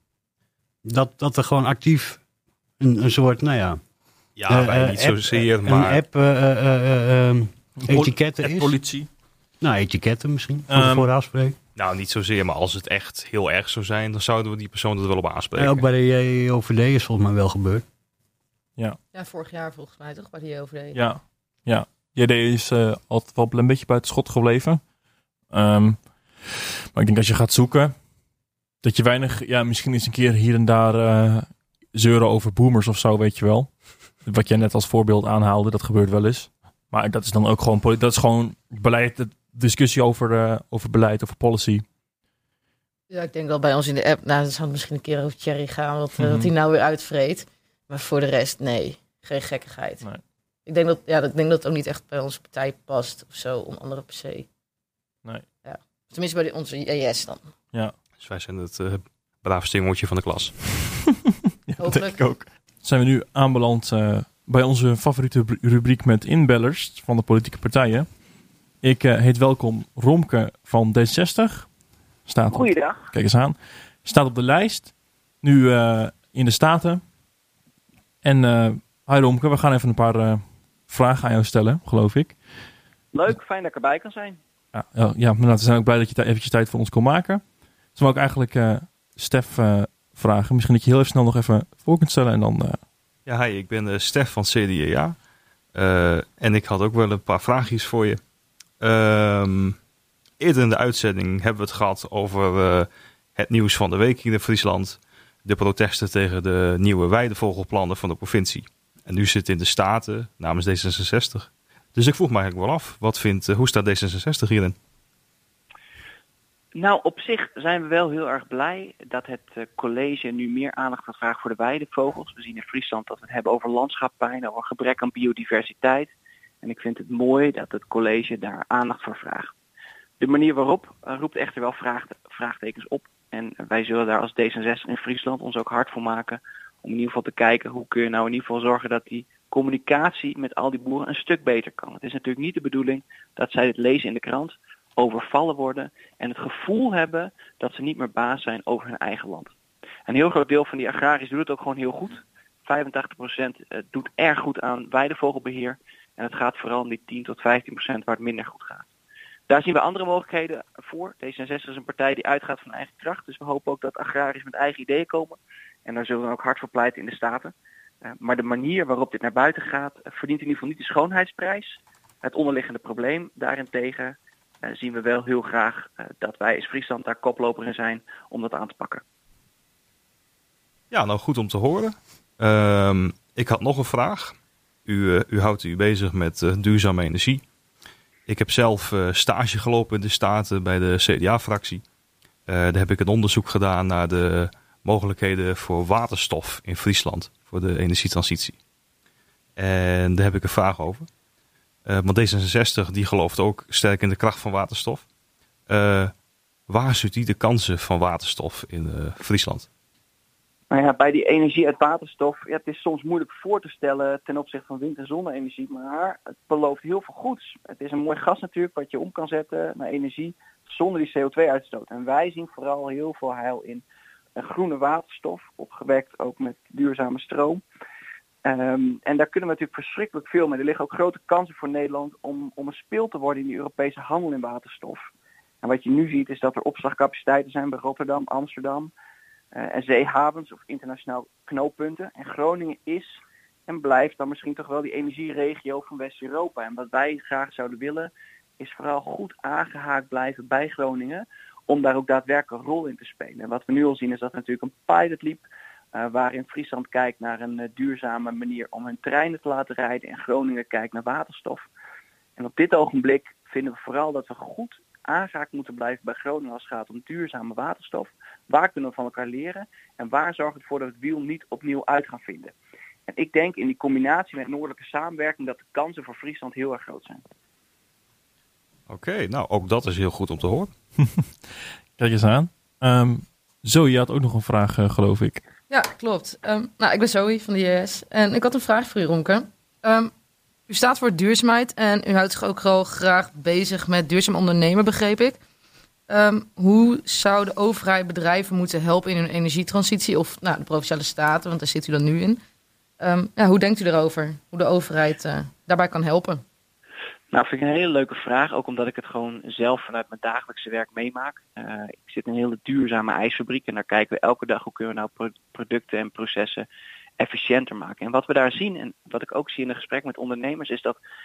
S4: Dat, dat er gewoon actief een, een soort, nou ja...
S2: Ja,
S4: eh,
S2: wij
S4: eh,
S2: niet
S4: app-
S2: zozeer, maar...
S4: Een app, uh, uh, uh, etiketten
S1: Pol-
S4: is?
S1: Politie.
S4: Nou, etiketten misschien, voor
S1: Um,
S4: de vooraf spreken.
S2: Nou, niet zozeer, maar als het echt heel erg zou zijn, dan zouden we die persoon er wel op aanspreken.
S4: En ook bij de J O V D is volgens mij wel gebeurd.
S3: Ja, vorig jaar volgens mij toch, bij die J O V D.
S1: Ja, ja. J D is uh, altijd wel een beetje buiten schot gebleven. Um, Maar ik denk als je gaat zoeken, dat je weinig, ja, misschien eens een keer hier en daar uh, zeuren over boomers of zo, weet je wel. Wat jij net als voorbeeld aanhaalde, dat gebeurt wel eens. Maar dat is dan ook gewoon, dat is gewoon beleid, discussie over, uh, over beleid, over policy.
S3: Ja, ik denk dat bij ons in de app, nou, dan zal het misschien een keer over Thierry gaan, wat, mm-hmm. wat hij nou weer uitvreet. Maar voor de rest, nee, geen gekkigheid. Nee. Ik denk dat, ja, ik denk dat het ook niet echt bij onze partij past of zo, om andere per se.
S1: Nee.
S3: Ja. Tenminste bij de, onze E S dan.
S1: Ja.
S2: Dus wij zijn het uh, braafste jongetje van de klas.
S1: Ja, dat denk ik ook. Zijn we nu aanbeland uh, bij onze favoriete rubriek met inbellers van de politieke partijen. Ik uh, heet welkom Romke van D zestig. Staat
S5: Goeiedag.
S1: Op, kijk eens aan. Staat op de lijst. Nu uh, in de Staten. En uh, hi Romke, we gaan even een paar uh, vragen aan jou stellen, geloof ik.
S5: Leuk, fijn dat ik erbij kan zijn.
S1: Ja, uh, ja maar we zijn ook blij dat je t- eventjes tijd voor ons kon maken. Dus we ook eigenlijk uh, Stef uh, vragen. Misschien dat je heel even snel nog even voor kunt stellen en dan... Uh...
S2: Ja, hi, ik ben uh, Stef van C D A. Uh, en ik had ook wel een paar vraagjes voor je. Um, eerder in de uitzending hebben we het gehad over uh, het nieuws van de week hier in Friesland. De protesten tegen de nieuwe weidevogelplannen van de provincie. En nu zit het in de Staten namens D zesenzestig. Dus ik vroeg me eigenlijk wel af, wat vindt, uh, hoe staat D zesenzestig hierin?
S5: Nou, op zich zijn we wel heel erg blij dat het uh, college nu meer aandacht gaat vragen voor de weidevogels. We zien in Friesland dat we het hebben over landschappijn, over gebrek aan biodiversiteit. En ik vind het mooi dat het college daar aandacht voor vraagt. De manier waarop uh, roept echter wel vraag, vraagtekens op. En wij zullen daar als D zesenzestig in Friesland ons ook hard voor maken om in ieder geval te kijken hoe kun je nou in ieder geval zorgen dat die communicatie met al die boeren een stuk beter kan. Het is natuurlijk niet de bedoeling dat zij dit lezen in de krant, overvallen worden en het gevoel hebben dat ze niet meer baas zijn over hun eigen land. Een heel groot deel van die agrariërs doet het ook gewoon heel goed. vijfentachtig procent doet erg goed aan weidevogelbeheer en het gaat vooral om die tien tot vijftien procent waar het minder goed gaat. Daar zien we andere mogelijkheden voor. D zesenzestig is een partij die uitgaat van eigen kracht. Dus we hopen ook dat agrariërs met eigen ideeën komen. En daar zullen we ook hard voor pleiten in de Staten. Uh, maar de manier waarop dit naar buiten gaat, uh, verdient in ieder geval niet de schoonheidsprijs. Het onderliggende probleem daarentegen uh, zien we wel heel graag uh, dat wij als Friesland daar koploper in zijn om dat aan te pakken.
S2: Ja, nou goed om te horen. Uh, ik had nog een vraag. U, uh, u houdt u bezig met uh, duurzame energie. Ik heb zelf uh, stage gelopen in de Staten bij de C D A-fractie. Uh, daar heb ik een onderzoek gedaan naar de mogelijkheden voor waterstof in Friesland. Voor de energietransitie. En daar heb ik een vraag over. Uh, want D zesenzestig die gelooft ook sterk in de kracht van waterstof. Uh, waar ziet u de kansen van waterstof in uh, Friesland?
S5: Nou ja, bij die energie uit waterstof, ja, het is soms moeilijk voor te stellen ten opzichte van wind- en zonne-energie, maar het belooft heel veel goeds. Het is een mooi gas natuurlijk wat je om kan zetten naar energie zonder die C O twee uitstoot. En wij zien vooral heel veel heil in een groene waterstof, opgewekt ook met duurzame stroom. Um, en daar kunnen we natuurlijk verschrikkelijk veel mee. Er liggen ook grote kansen voor Nederland om, om een speel te worden in die Europese handel in waterstof. En wat je nu ziet is dat er opslagcapaciteiten zijn bij Rotterdam, Amsterdam uh, en zeehavens of internationaal knooppunten. En Groningen is en blijft dan misschien toch wel die energieregio van West-Europa. En wat wij graag zouden willen is vooral goed aangehaakt blijven bij Groningen om daar ook daadwerkelijk een rol in te spelen. En wat we nu al zien is dat natuurlijk een pilot liep Uh, waarin Friesland kijkt naar een uh, duurzame manier om hun treinen te laten rijden en Groningen kijkt naar waterstof. En op dit ogenblik vinden we vooral dat we goed aangehaakt moeten blijven bij Groningen als het gaat om duurzame waterstof. Waar kunnen we van elkaar leren en waar zorgt het voor dat het wiel niet opnieuw uit gaan vinden. En ik denk in die combinatie met noordelijke samenwerking dat de kansen voor Friesland heel erg groot zijn.
S2: Oké, okay, nou ook dat is heel goed om te horen.
S1: Kijk eens aan. Um, Zoe, je had ook nog een vraag, uh, geloof ik.
S3: Ja, klopt. Um, nou, ik ben Zoe van de I S en ik had een vraag voor u, Romke. Um, u staat voor duurzaamheid en u houdt zich ook wel graag bezig met duurzaam ondernemen, begreep ik. Um, hoe zou de overheid bedrijven moeten helpen in hun energietransitie of nou, de Provinciale Staten, want daar zit u dan nu in. Um, ja, hoe denkt u erover? Hoe de overheid uh, daarbij kan helpen?
S5: Nou, vind ik een hele leuke vraag. Ook omdat ik het gewoon zelf vanuit mijn dagelijkse werk meemaak. Uh, ik zit in een hele duurzame ijsfabriek. En daar kijken we elke dag hoe kunnen we nou producten en processen efficiënter maken. En wat we daar zien, en wat ik ook zie in een gesprek met ondernemers, is dat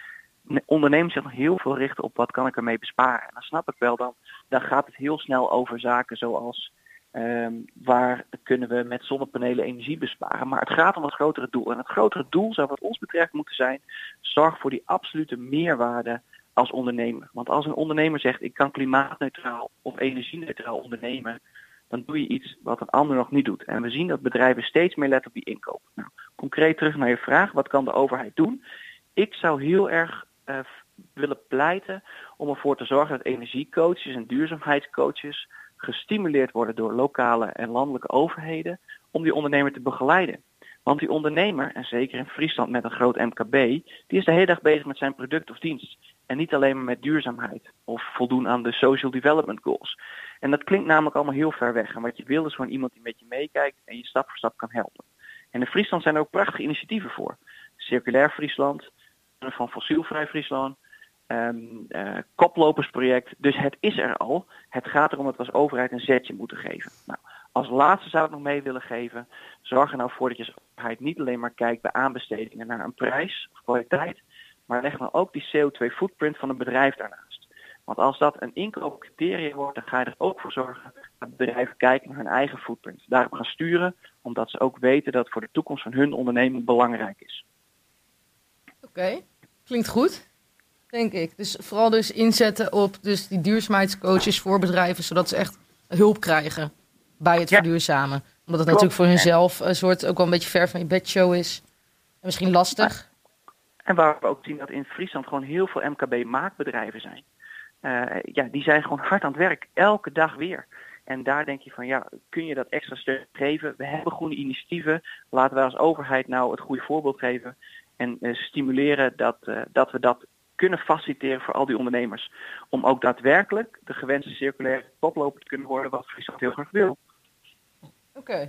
S5: ondernemers zich nog heel veel richten op wat kan ik ermee besparen. En dan snap ik wel, dan, dan gaat het heel snel over zaken zoals um, waar kunnen we met zonnepanelen energie besparen. Maar het gaat om het grotere doel. En het grotere doel zou wat ons betreft moeten zijn, zorg voor die absolute meerwaarde als ondernemer. Want als een ondernemer zegt, ik kan klimaatneutraal of energieneutraal ondernemen, dan doe je iets wat een ander nog niet doet. En we zien dat bedrijven steeds meer letten op die inkoop. Nou, concreet terug naar je vraag, wat kan de overheid doen? Ik zou heel erg uh, willen pleiten om ervoor te zorgen dat energiecoaches en duurzaamheidscoaches gestimuleerd worden door lokale en landelijke overheden om die ondernemer te begeleiden. Want die ondernemer, en zeker in Friesland met een groot M K B, die is de hele dag bezig met zijn product of dienst. En niet alleen maar met duurzaamheid of voldoen aan de social development goals. En dat klinkt namelijk allemaal heel ver weg. En wat je wil is gewoon iemand die met je meekijkt en je stap voor stap kan helpen. En in Friesland zijn er ook prachtige initiatieven voor. Circulair Friesland, van Fossielvrij Friesland, um, uh, Koplopersproject. Dus het is er al. Het gaat erom dat we als overheid een zetje moeten geven. Nou, als laatste zou ik nog mee willen geven, zorg er nou voor dat je als overheid niet alleen maar kijkt bij aanbestedingen naar een prijs of kwaliteit, maar leg nou ook die C O twee footprint van een bedrijf daarnaast. Want als dat een inkoopcriterium wordt, dan ga je er ook voor zorgen dat bedrijven kijken naar hun eigen footprint. Daarop gaan sturen, omdat ze ook weten dat het voor de toekomst van hun onderneming belangrijk is.
S3: Oké, okay. Klinkt goed, denk ik. Dus vooral dus inzetten op dus die duurzaamheidscoaches voor bedrijven, zodat ze echt hulp krijgen bij het ja. verduurzamen. Omdat het natuurlijk voor hunzelf een soort ook wel een beetje ver van je bedshow is. En misschien lastig.
S5: En waar we ook zien dat in Friesland gewoon heel veel M K B-maakbedrijven zijn. Uh, ja, die zijn gewoon hard aan het werk, elke dag weer. En daar denk je van, ja, kun je dat extra steun geven? We hebben groene initiatieven. Laten wij als overheid nou het goede voorbeeld geven. En uh, stimuleren dat, uh, dat we dat kunnen faciliteren voor al die ondernemers. Om ook daadwerkelijk de gewenste circulaire koploper te kunnen worden, wat Friesland heel graag wil.
S3: Oké. Okay.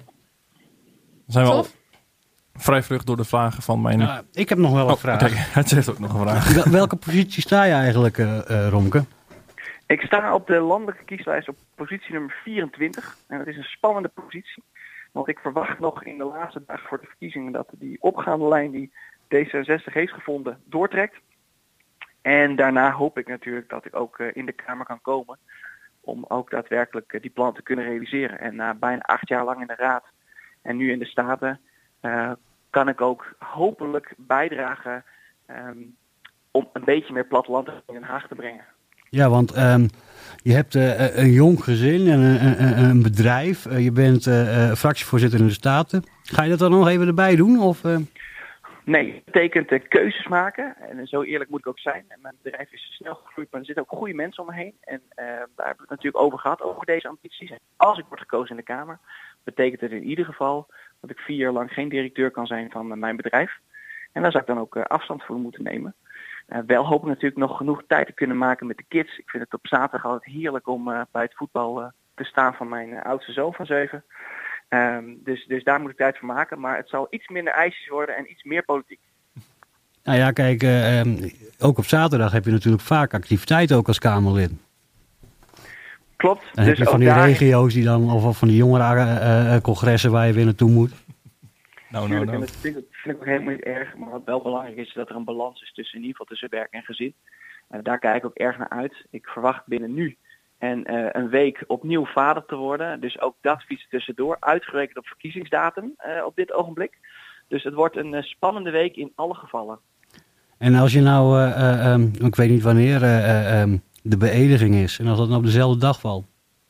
S1: Zijn we al vrij vlug door de vragen van mijn...
S4: Uh, ik heb nog wel een
S1: oh,
S4: vraag.
S1: Kijk, het heeft ook nog een vraag.
S4: Welke positie sta je eigenlijk, uh, uh, Romke?
S5: Ik sta op de landelijke kieslijst op positie nummer vierentwintig. En dat is een spannende positie. Want ik verwacht nog in de laatste dagen voor de verkiezingen dat die opgaande lijn die D zesenzestig heeft gevonden doortrekt. En daarna hoop ik natuurlijk dat ik ook uh, in de Kamer kan komen om ook daadwerkelijk uh, die plan te kunnen realiseren. En na uh, bijna acht jaar lang in de Raad en nu in de Staten uh, kan ik ook hopelijk bijdragen um, om een beetje meer platteland in Den Haag te brengen.
S4: Ja, want um, je hebt uh, een jong gezin en een, een, een bedrijf. Uh, je bent uh, uh, fractievoorzitter in de Staten. Ga je dat dan nog even erbij doen? Of, uh...
S5: Nee, het betekent uh, keuzes maken. En zo eerlijk moet ik ook zijn. En mijn bedrijf is snel gegroeid, maar er zitten ook goede mensen om me heen. En uh, daar hebben we het natuurlijk over gehad, over deze ambities. En als ik word gekozen in de Kamer, betekent het in ieder geval dat ik vier jaar lang geen directeur kan zijn van uh, mijn bedrijf. En daar zou ik dan ook uh, afstand voor moeten nemen. Uh, wel hoop ik natuurlijk nog genoeg tijd te kunnen maken met de kids. Ik vind het op zaterdag altijd heerlijk om uh, bij het voetbal uh, te staan van mijn uh, oudste zoon van zeven. Um, dus, dus daar moet ik tijd voor maken. Maar het zal iets minder ijsjes worden en iets meer politiek.
S4: Nou ja, kijk, uh, um, ook op zaterdag heb je natuurlijk vaak activiteit ook als Kamerlid.
S5: Klopt.
S4: Dan
S5: dus
S4: heb je van die
S5: daar...
S4: regio's die dan, of van die jongerencongressen uh, waar je weer naartoe moet.
S1: Nou, nou, nou.
S5: Dat vind ik, vind ik ook helemaal niet erg. Maar wat wel belangrijk is, is dat er een balans is tussen in ieder geval tussen werk en gezin. Uh, daar kijk ik ook erg naar uit. Ik verwacht binnen nu en uh, een week opnieuw vader te worden. Dus ook dat fietsen tussendoor. Uitgerekend op verkiezingsdatum uh, op dit ogenblik. Dus het wordt een uh, spannende week in alle gevallen.
S4: En als je nou, uh, uh, um, ik weet niet wanneer uh, uh, um, de beëdiging is. En als dat nou op dezelfde dag valt.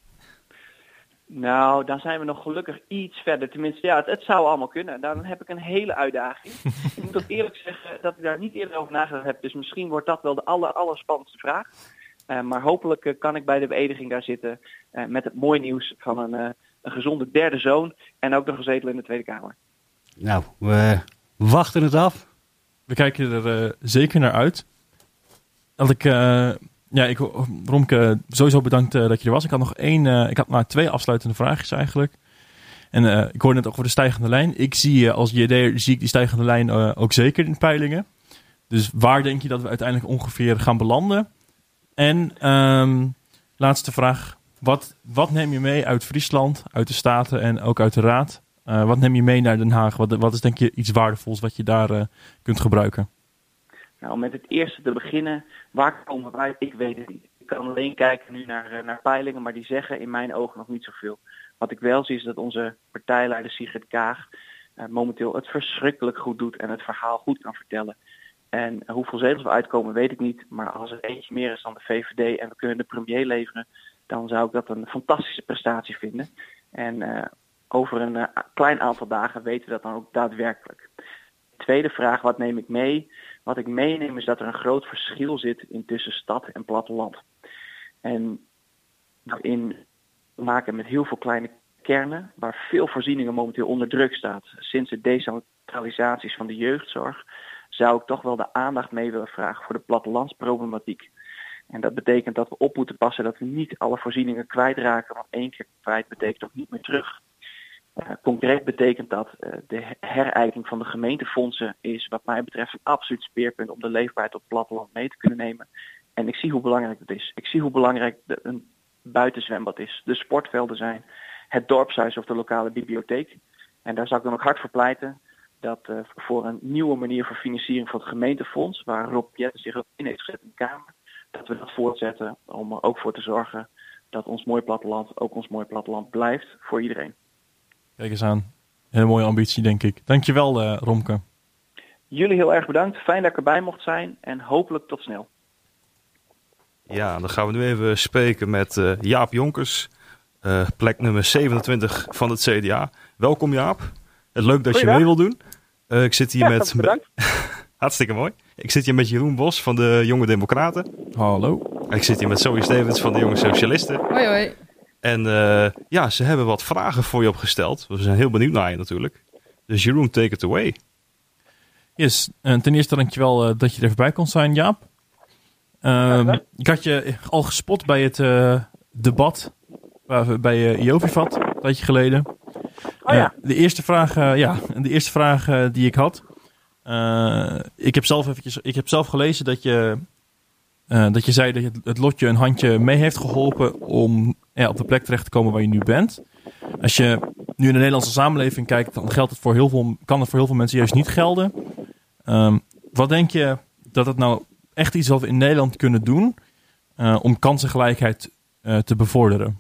S5: Nou, dan zijn we nog gelukkig iets verder. Tenminste, ja, het, het zou allemaal kunnen. Dan heb ik een hele uitdaging. Ik moet ook eerlijk zeggen dat ik daar niet eerder over nagedacht heb. Dus misschien wordt dat wel de aller, allerspannendste vraag. Uh, maar hopelijk uh, kan ik bij de beëdiging daar zitten uh, met het mooie nieuws van een, uh, een gezonde derde zoon. En ook nog een zetel in de Tweede Kamer.
S4: Nou, we wachten het af.
S1: We kijken er uh, zeker naar uit. Dat ik... Uh... Ja, ik, Romke, sowieso bedankt uh, dat je er was. Ik had nog één, uh, ik had maar twee afsluitende vraagjes eigenlijk. En uh, ik hoorde net ook over de stijgende lijn. Ik zie uh, als J D'er zie ik die stijgende lijn uh, ook zeker in de peilingen. Dus waar denk je dat we uiteindelijk ongeveer gaan belanden? En um, laatste vraag. Wat, wat neem je mee uit Friesland, uit de Staten en ook uit de Raad? Uh, wat neem je mee naar Den Haag? Wat, wat is denk je iets waardevols wat je daar uh, kunt gebruiken?
S5: Nou, om met het eerste te beginnen, waar komen wij? Ik weet het niet. Ik kan alleen kijken nu naar, naar peilingen, maar die zeggen in mijn ogen nog niet zoveel. Wat ik wel zie is dat onze partijleider Sigrid Kaag uh, momenteel het verschrikkelijk goed doet en het verhaal goed kan vertellen. En hoeveel zetels we uitkomen weet ik niet, maar als er eentje meer is dan de V V D en we kunnen de premier leveren, dan zou ik dat een fantastische prestatie vinden. En uh, over een uh, klein aantal dagen weten we dat dan ook daadwerkelijk. Tweede vraag, wat neem ik mee? Wat ik meeneem is dat er een groot verschil zit in tussen stad en platteland. En in te maken met heel veel kleine kernen, waar veel voorzieningen momenteel onder druk staat. Sinds de decentralisaties van de jeugdzorg zou ik toch wel de aandacht mee willen vragen voor de plattelandsproblematiek. En dat betekent dat we op moeten passen dat we niet alle voorzieningen kwijtraken, want één keer kwijt betekent ook niet meer terug. Uh, concreet betekent dat uh, de herijking van de gemeentefondsen is wat mij betreft een absoluut speerpunt om de leefbaarheid op het platteland mee te kunnen nemen. En ik zie hoe belangrijk dat is. Ik zie hoe belangrijk de, een buitenzwembad is, de sportvelden zijn, het dorpshuis of de lokale bibliotheek. En daar zou ik dan ook hard voor pleiten dat uh, voor een nieuwe manier voor financiering van het gemeentefonds, waar Rob Jetten zich ook in heeft gezet in de Kamer, dat we dat voortzetten om er ook voor te zorgen dat ons mooi platteland ook ons mooi platteland blijft voor iedereen.
S1: Kijk eens aan. Hele mooie ambitie, denk ik. Dankjewel, uh, Romke.
S5: Jullie heel erg bedankt. Fijn dat ik erbij mocht zijn en hopelijk tot snel.
S2: Ja, dan gaan we nu even spreken met uh, Jaap Jonkers, uh, plek nummer zevenentwintig van het C D A. Welkom Jaap. Het leuk dat Goeiedag. je mee wil doen. Uh, ik zit hier
S6: ja,
S2: met...
S6: Bedankt.
S2: Hartstikke mooi. Ik zit hier met Jeroen Bos van de Jonge Democraten.
S1: Hallo.
S2: Ik zit hier met Zoe Stevens van de Jonge Socialisten.
S3: Hoi hoi.
S2: En uh, ja, ze hebben wat vragen voor je opgesteld. We zijn heel benieuwd naar je natuurlijk. Dus Jeroen, take it away.
S1: Yes, en ten eerste dankjewel uh, dat je er even bij kon zijn, Jaap. Um, ik had je al gespot bij het uh, debat uh, bij uh, Iovivat, een tijdje geleden.
S6: Oh ja.
S1: Uh, de eerste vraag, uh, ja, de eerste vraag uh, die ik had. Uh, ik heb zelf eventjes, ik heb zelf gelezen dat je, uh, dat je zei dat het, het lotje een handje mee heeft geholpen om ja, op de plek terecht te komen waar je nu bent. Als je nu in de Nederlandse samenleving kijkt, dan geldt het voor heel veel, kan het voor heel veel mensen juist niet gelden. Um, wat denk je dat het nou echt iets wat we in Nederland kunnen doen uh, om kansengelijkheid uh, te bevorderen?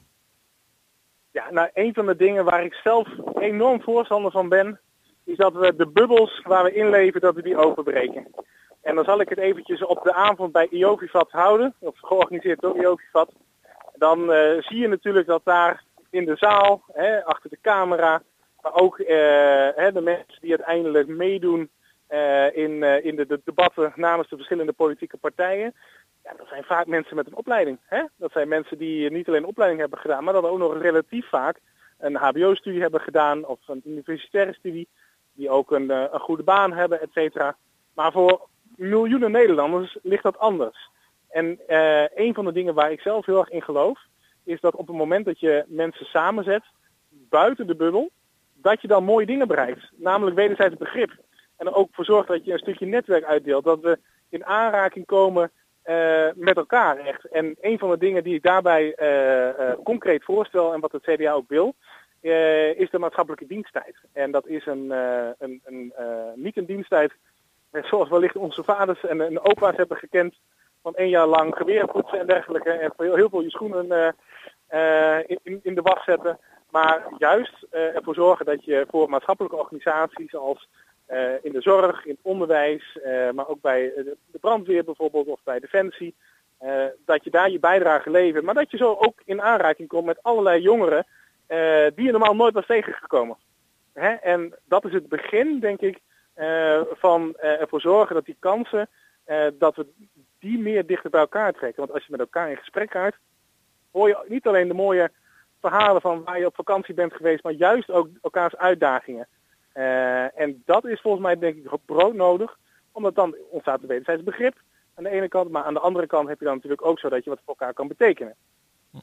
S6: Ja, nou, een van de dingen waar ik zelf enorm voorstander van ben, is dat we de bubbels waar we in leven, dat we die openbreken. En dan zal ik het eventjes op de avond bij Iovivat houden, of georganiseerd door Iovivat. Dan uh, zie je natuurlijk dat daar in de zaal, hè, achter de camera, maar ook uh, hè, de mensen die uiteindelijk meedoen uh, in, uh, in de, de debatten namens de verschillende politieke partijen. Ja, dat zijn vaak mensen met een opleiding. Hè? Dat zijn mensen die niet alleen een opleiding hebben gedaan, maar dat ook nog relatief vaak een H B O-studie hebben gedaan of een universitaire studie, die ook een, uh, een goede baan hebben, et cetera. Maar voor miljoenen Nederlanders ligt dat anders. En uh, een van de dingen waar ik zelf heel erg in geloof, is dat op het moment dat je mensen samenzet, buiten de bubbel, dat je dan mooie dingen bereikt. Namelijk wederzijds begrip. En er ook voor zorgt dat je een stukje netwerk uitdeelt. Dat we in aanraking komen uh, met elkaar echt. En een van de dingen die ik daarbij uh, uh, concreet voorstel en wat het C D A ook wil, uh, is de maatschappelijke diensttijd. En dat is een, uh, een, een, uh, niet een diensttijd zoals wellicht onze vaders en, en opa's hebben gekend, van één jaar lang geweren poetsen en dergelijke. En heel, heel veel je schoenen uh, uh, in, in de was zetten. Maar juist uh, ervoor zorgen dat je voor maatschappelijke organisaties als uh, in de zorg, in het onderwijs, uh, maar ook bij de, de brandweer bijvoorbeeld of bij Defensie, uh, dat je daar je bijdrage levert. Maar dat je zo ook in aanraking komt met allerlei jongeren uh, die je normaal nooit was tegengekomen. Hè? En dat is het begin, denk ik, uh, van uh, ervoor zorgen dat die kansen, uh, dat we die meer dichter bij elkaar trekken. Want als je met elkaar in gesprek gaat, hoor je niet alleen de mooie verhalen van waar je op vakantie bent geweest, maar juist ook elkaars uitdagingen. Uh, en dat is volgens mij denk ik broodnodig, omdat dan ontstaat er wederzijds begrip aan de ene kant, maar aan de andere kant heb je dan natuurlijk ook zo dat je wat voor elkaar kan betekenen.
S1: Oké,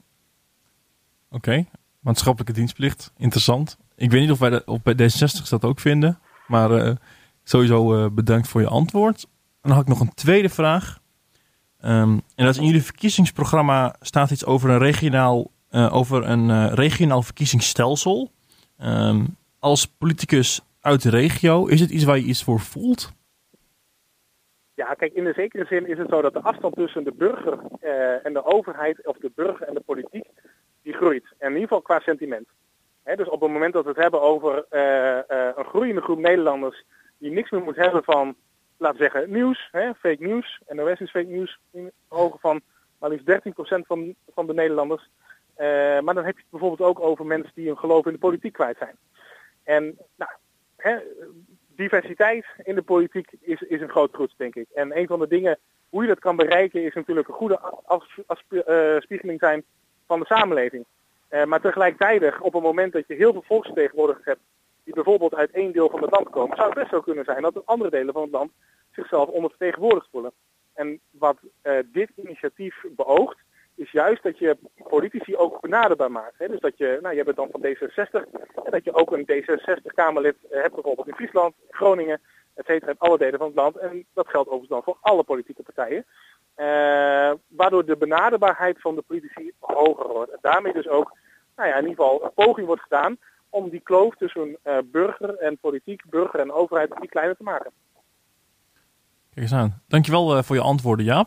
S1: okay. Maatschappelijke dienstplicht, interessant. Ik weet niet of, wij de, of bij D zesenzestig dat ook vinden, maar uh, sowieso uh, bedankt voor je antwoord. En dan had ik nog een tweede vraag. Um, en dat is in jullie verkiezingsprogramma staat iets over een regionaal, uh, over een uh, regionaal verkiezingsstelsel. Um, als politicus uit de regio, is het iets waar je iets voor voelt?
S6: Ja, kijk, in de zekere zin is het zo dat de afstand tussen de burger uh, en de overheid, of de burger en de politiek, die groeit. En in ieder geval qua sentiment. He, dus op het moment dat we het hebben over uh, uh, een groeiende groep Nederlanders die niks meer moet hebben van, laten we zeggen, nieuws, hè, fake nieuws. En de rest is fake nieuws in ogen van maar liefst dertien procent van, van de Nederlanders. Uh, maar dan heb je het bijvoorbeeld ook over mensen die hun geloof in de politiek kwijt zijn. En nou, hè, diversiteit in de politiek is, is een groot goed, denk ik. En een van de dingen, hoe je dat kan bereiken, is natuurlijk een goede afspiegeling uh, zijn van de samenleving. Uh, maar tegelijkertijd, op het moment dat je heel veel volksvertegenwoordigers hebt, die bijvoorbeeld uit één deel van het land komen, zou het best zo kunnen zijn dat andere delen van het land zichzelf ondervertegenwoordigd voelen. En wat uh, dit initiatief beoogt, is juist dat je politici ook benaderbaar maakt. Hè? Dus dat je, nou, je bent dan van D zesenzestig, en dat je ook een D zesenzestig-Kamerlid uh, hebt, bijvoorbeeld in Friesland, in Groningen, et cetera, in alle delen van het land. En dat geldt overigens dan voor alle politieke partijen. Uh, waardoor de benaderbaarheid van de politici hoger wordt. En daarmee dus ook, nou ja, in ieder geval een poging wordt gedaan om die kloof tussen uh, burger en politiek, burger en overheid, die kleiner te maken.
S1: Kijk eens aan. Dankjewel uh, voor je antwoorden, Jaap.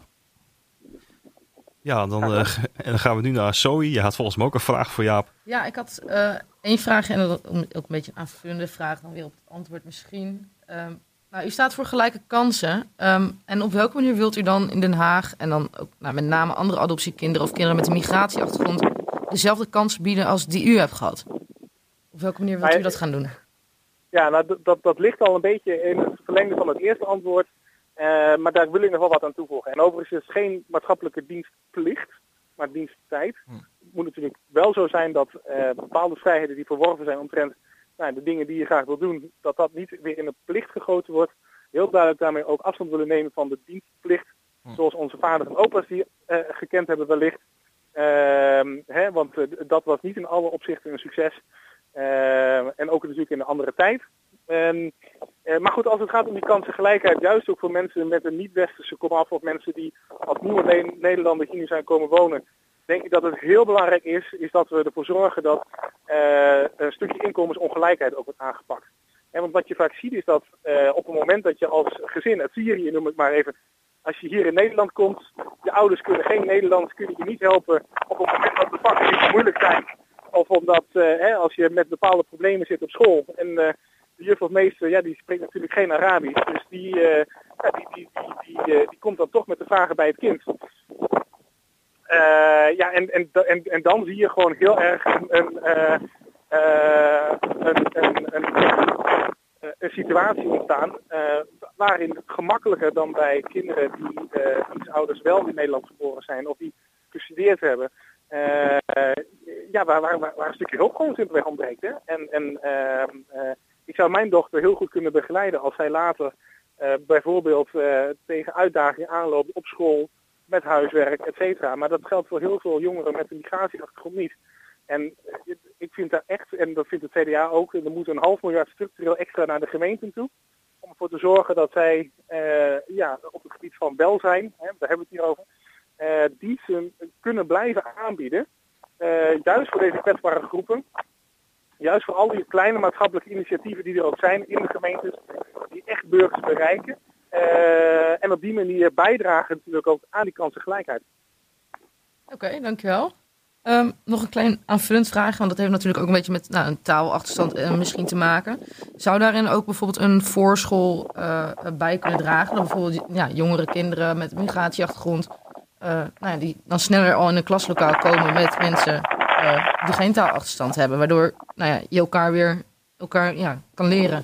S2: Ja, dan, uh, en dan gaan we nu naar Zoe. Je had volgens mij ook een vraag voor Jaap.
S3: Ja, ik had uh, één vraag en ook een beetje een aanvullende vraag, dan weer op het antwoord misschien. Um, nou, u staat voor gelijke kansen. Um, en op welke manier wilt u dan in Den Haag en dan ook nou, met name andere adoptiekinderen of kinderen met een migratieachtergrond dezelfde kansen bieden als die u hebt gehad? Op welke manier wilt u dat gaan doen?
S6: Ja, nou, dat, dat, dat ligt al een beetje in het verlengde van het eerste antwoord. Uh, maar daar wil ik nog wel wat aan toevoegen. En overigens is het geen maatschappelijke dienstplicht, maar diensttijd. Hm. Het moet natuurlijk wel zo zijn dat uh, bepaalde vrijheden die verworven zijn omtrent nou, de dingen die je graag wil doen, dat dat niet weer in een plicht gegoten wordt. Heel duidelijk daarmee ook afstand willen nemen van de dienstplicht. Hm. Zoals onze vaders en opa's die uh, gekend hebben wellicht. Uh, hè, want uh, dat was niet in alle opzichten een succes. Uh, en ook natuurlijk in een andere tijd. Um, uh, maar goed, als het gaat om die kansengelijkheid, juist ook voor mensen met een niet-westerse komaf of mensen die als nieuwe ne- Nederlander hier nu zijn komen wonen, denk ik dat het heel belangrijk is, is dat we ervoor zorgen dat uh, een stukje inkomensongelijkheid ook wordt aangepakt. En want wat je vaak ziet is dat uh, op het moment dat je als gezin uit Syrië, noem ik maar even, als je hier in Nederland komt, je ouders kunnen geen Nederlands, kunnen je niet helpen op het moment dat de vakken niet moeilijk zijn. Of omdat uh, hè, als je met bepaalde problemen zit op school en uh, de juf of meester, ja, die spreekt natuurlijk geen Arabisch. Dus die, uh, ja, die, die, die, die, uh, die komt dan toch met de vragen bij het kind. Uh, ja, en, en, en, en dan zie je gewoon heel erg een, een, uh, uh, een, een, een, een, een situatie ontstaan uh, waarin gemakkelijker dan bij kinderen die uh, wiens ouders wel in Nederland geboren zijn of die gestudeerd hebben, uh, ja, waar, waar, waar een stukje hulp gewoon simpelweg ontbreekt. Hè? En, en uh, uh, ik zou mijn dochter heel goed kunnen begeleiden als zij later uh, bijvoorbeeld uh, tegen uitdagingen aanloopt op school, met huiswerk, et cetera. Maar dat geldt voor heel veel jongeren met een migratieachtergrond niet. En ik vind daar echt, en dat vindt het C D A ook, er moet een half miljard structureel extra naar de gemeenten toe. Om ervoor te zorgen dat zij uh, ja, op het gebied van welzijn, hè, daar hebben we het hier over, uh, diensten kunnen blijven aanbieden. Uh, juist voor deze kwetsbare groepen. Juist voor al die kleine maatschappelijke initiatieven die er ook zijn in de gemeentes, die echt burgers bereiken. Uh, en op die manier bijdragen natuurlijk ook aan die kansengelijkheid.
S3: Oké, okay, dankjewel. Um, nog een klein aanvullend vraag, want dat heeft natuurlijk ook een beetje met nou, een taalachterstand uh, misschien te maken. Zou daarin ook bijvoorbeeld een voorschool uh, bij kunnen dragen? Dat bijvoorbeeld ja, jongere kinderen met een migratieachtergrond, uh, nou ja, die dan sneller al in een klaslokaal komen met mensen uh, die geen taalachterstand hebben. Waardoor nou ja, je elkaar weer elkaar, ja, kan leren.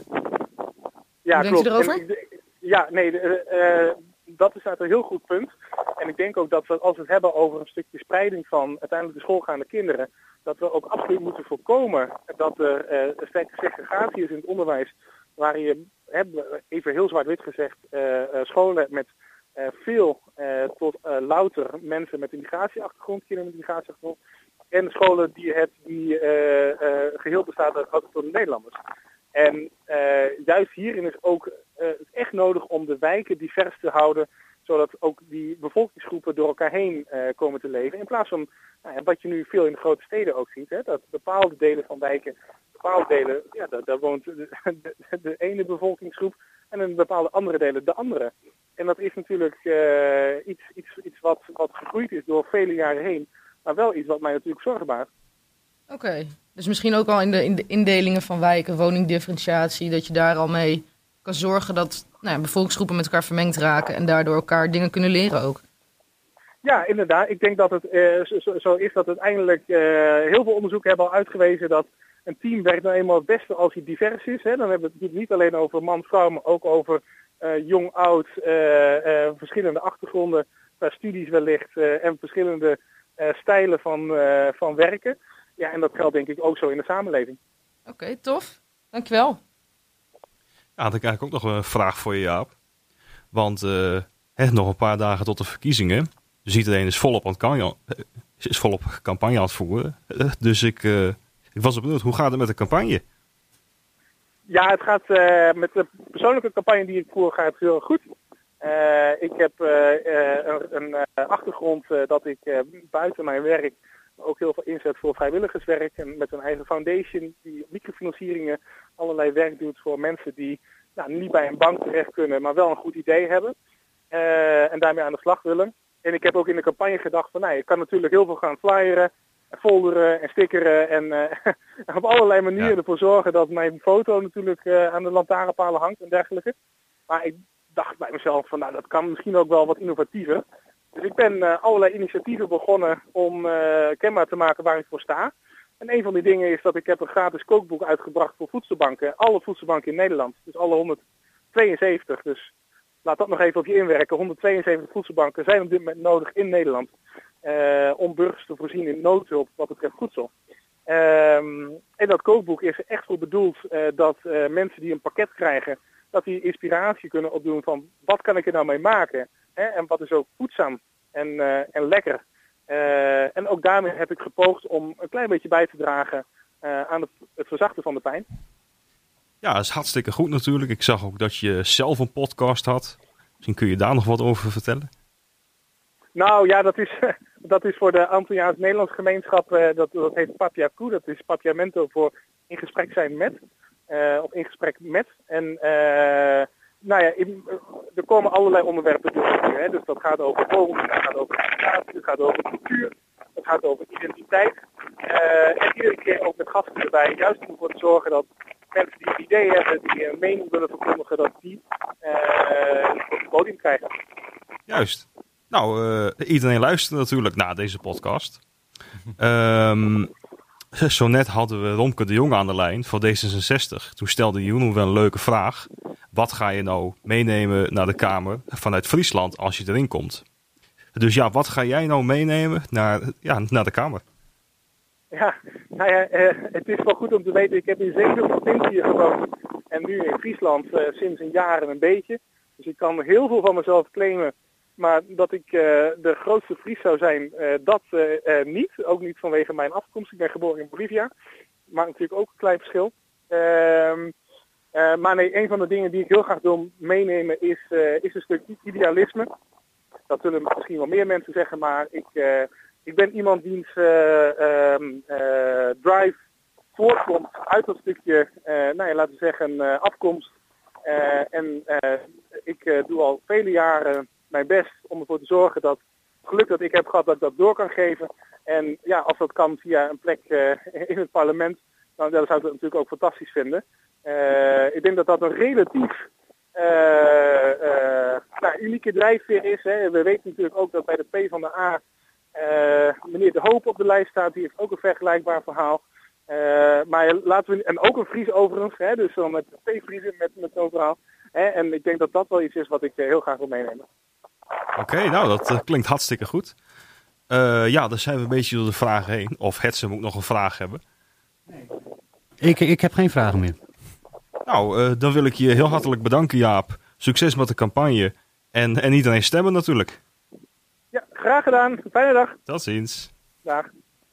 S6: Ja,
S3: Hoe denkt
S6: klopt.
S3: u erover?
S6: En, ja, nee, uh, dat is een heel goed punt. En ik denk ook dat we, als we het hebben over een stukje spreiding van uiteindelijk de schoolgaande kinderen, dat we ook absoluut moeten voorkomen dat er uh, een sterke segregatie is in het onderwijs, waar je, even heel zwart-wit gezegd, uh, uh, scholen met uh, veel uh, tot uh, louter mensen met een migratieachtergrond, kinderen met een migratieachtergrond, en scholen die het die uh, uh, geheel bestaat uit autochtone Nederlanders. En uh, juist hierin is ook uh, echt nodig om de wijken divers te houden, zodat ook die bevolkingsgroepen door elkaar heen uh, komen te leven. In plaats van nou ja, wat je nu veel in de grote steden ook ziet, hè, dat bepaalde delen van wijken, bepaalde delen, ja, daar, daar woont de, de, de ene bevolkingsgroep en in bepaalde andere delen de andere. En dat is natuurlijk uh, iets, iets, iets wat, wat gegroeid is door vele jaren heen, maar wel iets wat mij natuurlijk zorgen baart.
S3: Oké, okay. Dus misschien ook al in de, in de indelingen van wijken, woningdifferentiatie, dat je daar al mee kan zorgen dat nou ja, bevolkingsgroepen met elkaar vermengd raken en daardoor elkaar dingen kunnen leren ook.
S6: Ja, inderdaad. Ik denk dat het uh, zo, zo is dat uiteindelijk uh, heel veel onderzoeken hebben al uitgewezen dat een team werkt nou eenmaal het beste als hij divers is. Hè. Dan hebben we het niet alleen over man, vrouw, maar ook over uh, jong, oud, uh, uh, verschillende achtergronden, uh, studies wellicht uh, en verschillende uh, stijlen van, uh, van werken. Ja, en dat geldt denk ik ook zo in de samenleving.
S3: Oké, okay, tof. Dankjewel.
S2: Ja, had ik eigenlijk ook nog een vraag voor je, Jaap. Want uh, hè, nog een paar dagen tot de verkiezingen. Dus iedereen is volop, aan het campagne, is volop campagne aan het voeren. Uh, dus ik, uh, ik was benieuwd, hoe gaat het met de campagne?
S6: Ja, het gaat uh, met de persoonlijke campagne die ik voer gaat het heel goed. Uh, ik heb uh, uh, een, een uh, achtergrond uh, dat ik uh, buiten mijn werk ook heel veel inzet voor vrijwilligerswerk. En met een eigen foundation die microfinancieringen allerlei werk doet voor mensen die nou, niet bij een bank terecht kunnen, maar wel een goed idee hebben. Uh, en daarmee aan de slag willen. En ik heb ook in de campagne gedacht van, nou, ik kan natuurlijk heel veel gaan flyeren, en folderen en stickeren en uh, op allerlei manieren ja. ervoor zorgen dat mijn foto natuurlijk uh, aan de lantaarnpalen hangt en dergelijke. Maar ik dacht bij mezelf van, nou, dat kan misschien ook wel wat innovatiever. Dus ik ben uh, allerlei initiatieven begonnen om uh, kenbaar te maken waar ik voor sta. En een van die dingen is dat ik heb een gratis kookboek uitgebracht voor voedselbanken. Alle voedselbanken in Nederland. Dus alle honderdtweeënzeventig. Dus laat dat nog even op je inwerken. honderdtweeënzeventig voedselbanken zijn op dit moment nodig in Nederland. Uh, om burgers te voorzien in noodhulp wat betreft voedsel. Um, en dat kookboek is er echt voor bedoeld uh, dat uh, mensen die een pakket krijgen, dat die inspiratie kunnen opdoen van wat kan ik er nou mee maken? Hè? En wat is ook voedzaam en, uh, en lekker. Uh, en ook daarmee heb ik gepoogd om een klein beetje bij te dragen uh, aan het, het verzachten van de pijn.
S2: Ja, dat is hartstikke goed natuurlijk. Ik zag ook dat je zelf een podcast had. Misschien kun je daar nog wat over vertellen?
S6: Nou ja, dat is, dat is voor de Antilliaans-Nederlands gemeenschap, uh, dat, dat heet Papiaku. Dat is Papiamento voor in gesprek zijn met. Uh, of in gesprek met. En uh, nou ja, in, er komen allerlei onderwerpen door. Hè? Dus dat gaat over vogels, dat gaat over educatie, dat gaat over cultuur, dat gaat over identiteit. Uh, en iedere keer ook met gasten erbij, juist om ervoor te zorgen dat mensen die een idee hebben, die een mening willen verkondigen, dat die uh, op het podium krijgen.
S2: Juist. Nou, uh, iedereen luistert natuurlijk naar deze podcast. Um, zo net hadden we Romke de Jong aan de lijn van D zesenzestig. Toen stelde Jeroen wel een leuke vraag. Wat ga je nou meenemen naar de Kamer vanuit Friesland als je erin komt? Dus ja, wat ga jij nou meenemen naar, ja, naar de Kamer?
S6: Ja, nou ja, uh, het is wel goed om te weten. Ik heb in zeven provinciën gewoond en nu in Friesland uh, sinds een jaar en een beetje. Dus ik kan heel veel van mezelf claimen. Maar dat ik uh, de grootste Fries zou zijn, uh, dat uh, uh, niet. Ook niet vanwege mijn afkomst. Ik ben geboren in Bolivia. Maakt natuurlijk ook een klein verschil. Uh, uh, maar nee, een van de dingen die ik heel graag wil meenemen is, uh, is een stuk idealisme. Dat zullen misschien wel meer mensen zeggen, maar ik, uh, ik ben iemand wiens uh, uh, uh, drive voortkomt uit dat stukje, uh, nou ja, laten we zeggen, uh, afkomst. Uh, en uh, ik uh, doe al vele jaren mijn best om ervoor te zorgen dat het geluk dat ik heb gehad, dat ik dat door kan geven. En ja, als dat kan via een plek uh, in het parlement, dan, dan zou ik dat natuurlijk ook fantastisch vinden. Uh, ik denk dat dat een relatief uh, uh, nou, unieke drijfveer is. Hè. We weten natuurlijk ook dat bij de PvdA uh, meneer De Hoop op de lijst staat. Die heeft ook een vergelijkbaar verhaal. Uh, maar laten we, en ook een Fries overigens, hè, dus dan met twee Friesen met, met zo'n verhaal. Hè, en ik denk dat dat wel iets is wat ik uh, heel graag wil meenemen.
S2: Oké, okay, nou dat uh, klinkt hartstikke goed. Uh, ja, dan zijn we een beetje door de vragen heen. Of Hetze moet nog een vraag hebben.
S4: Nee. Ik, ik heb geen vragen meer.
S2: Nou, uh, dan wil ik je heel hartelijk bedanken, Jaap. Succes met de campagne. En, en iedereen stemmen natuurlijk.
S6: Ja, graag gedaan. Fijne dag.
S2: Tot ziens.
S6: Dag.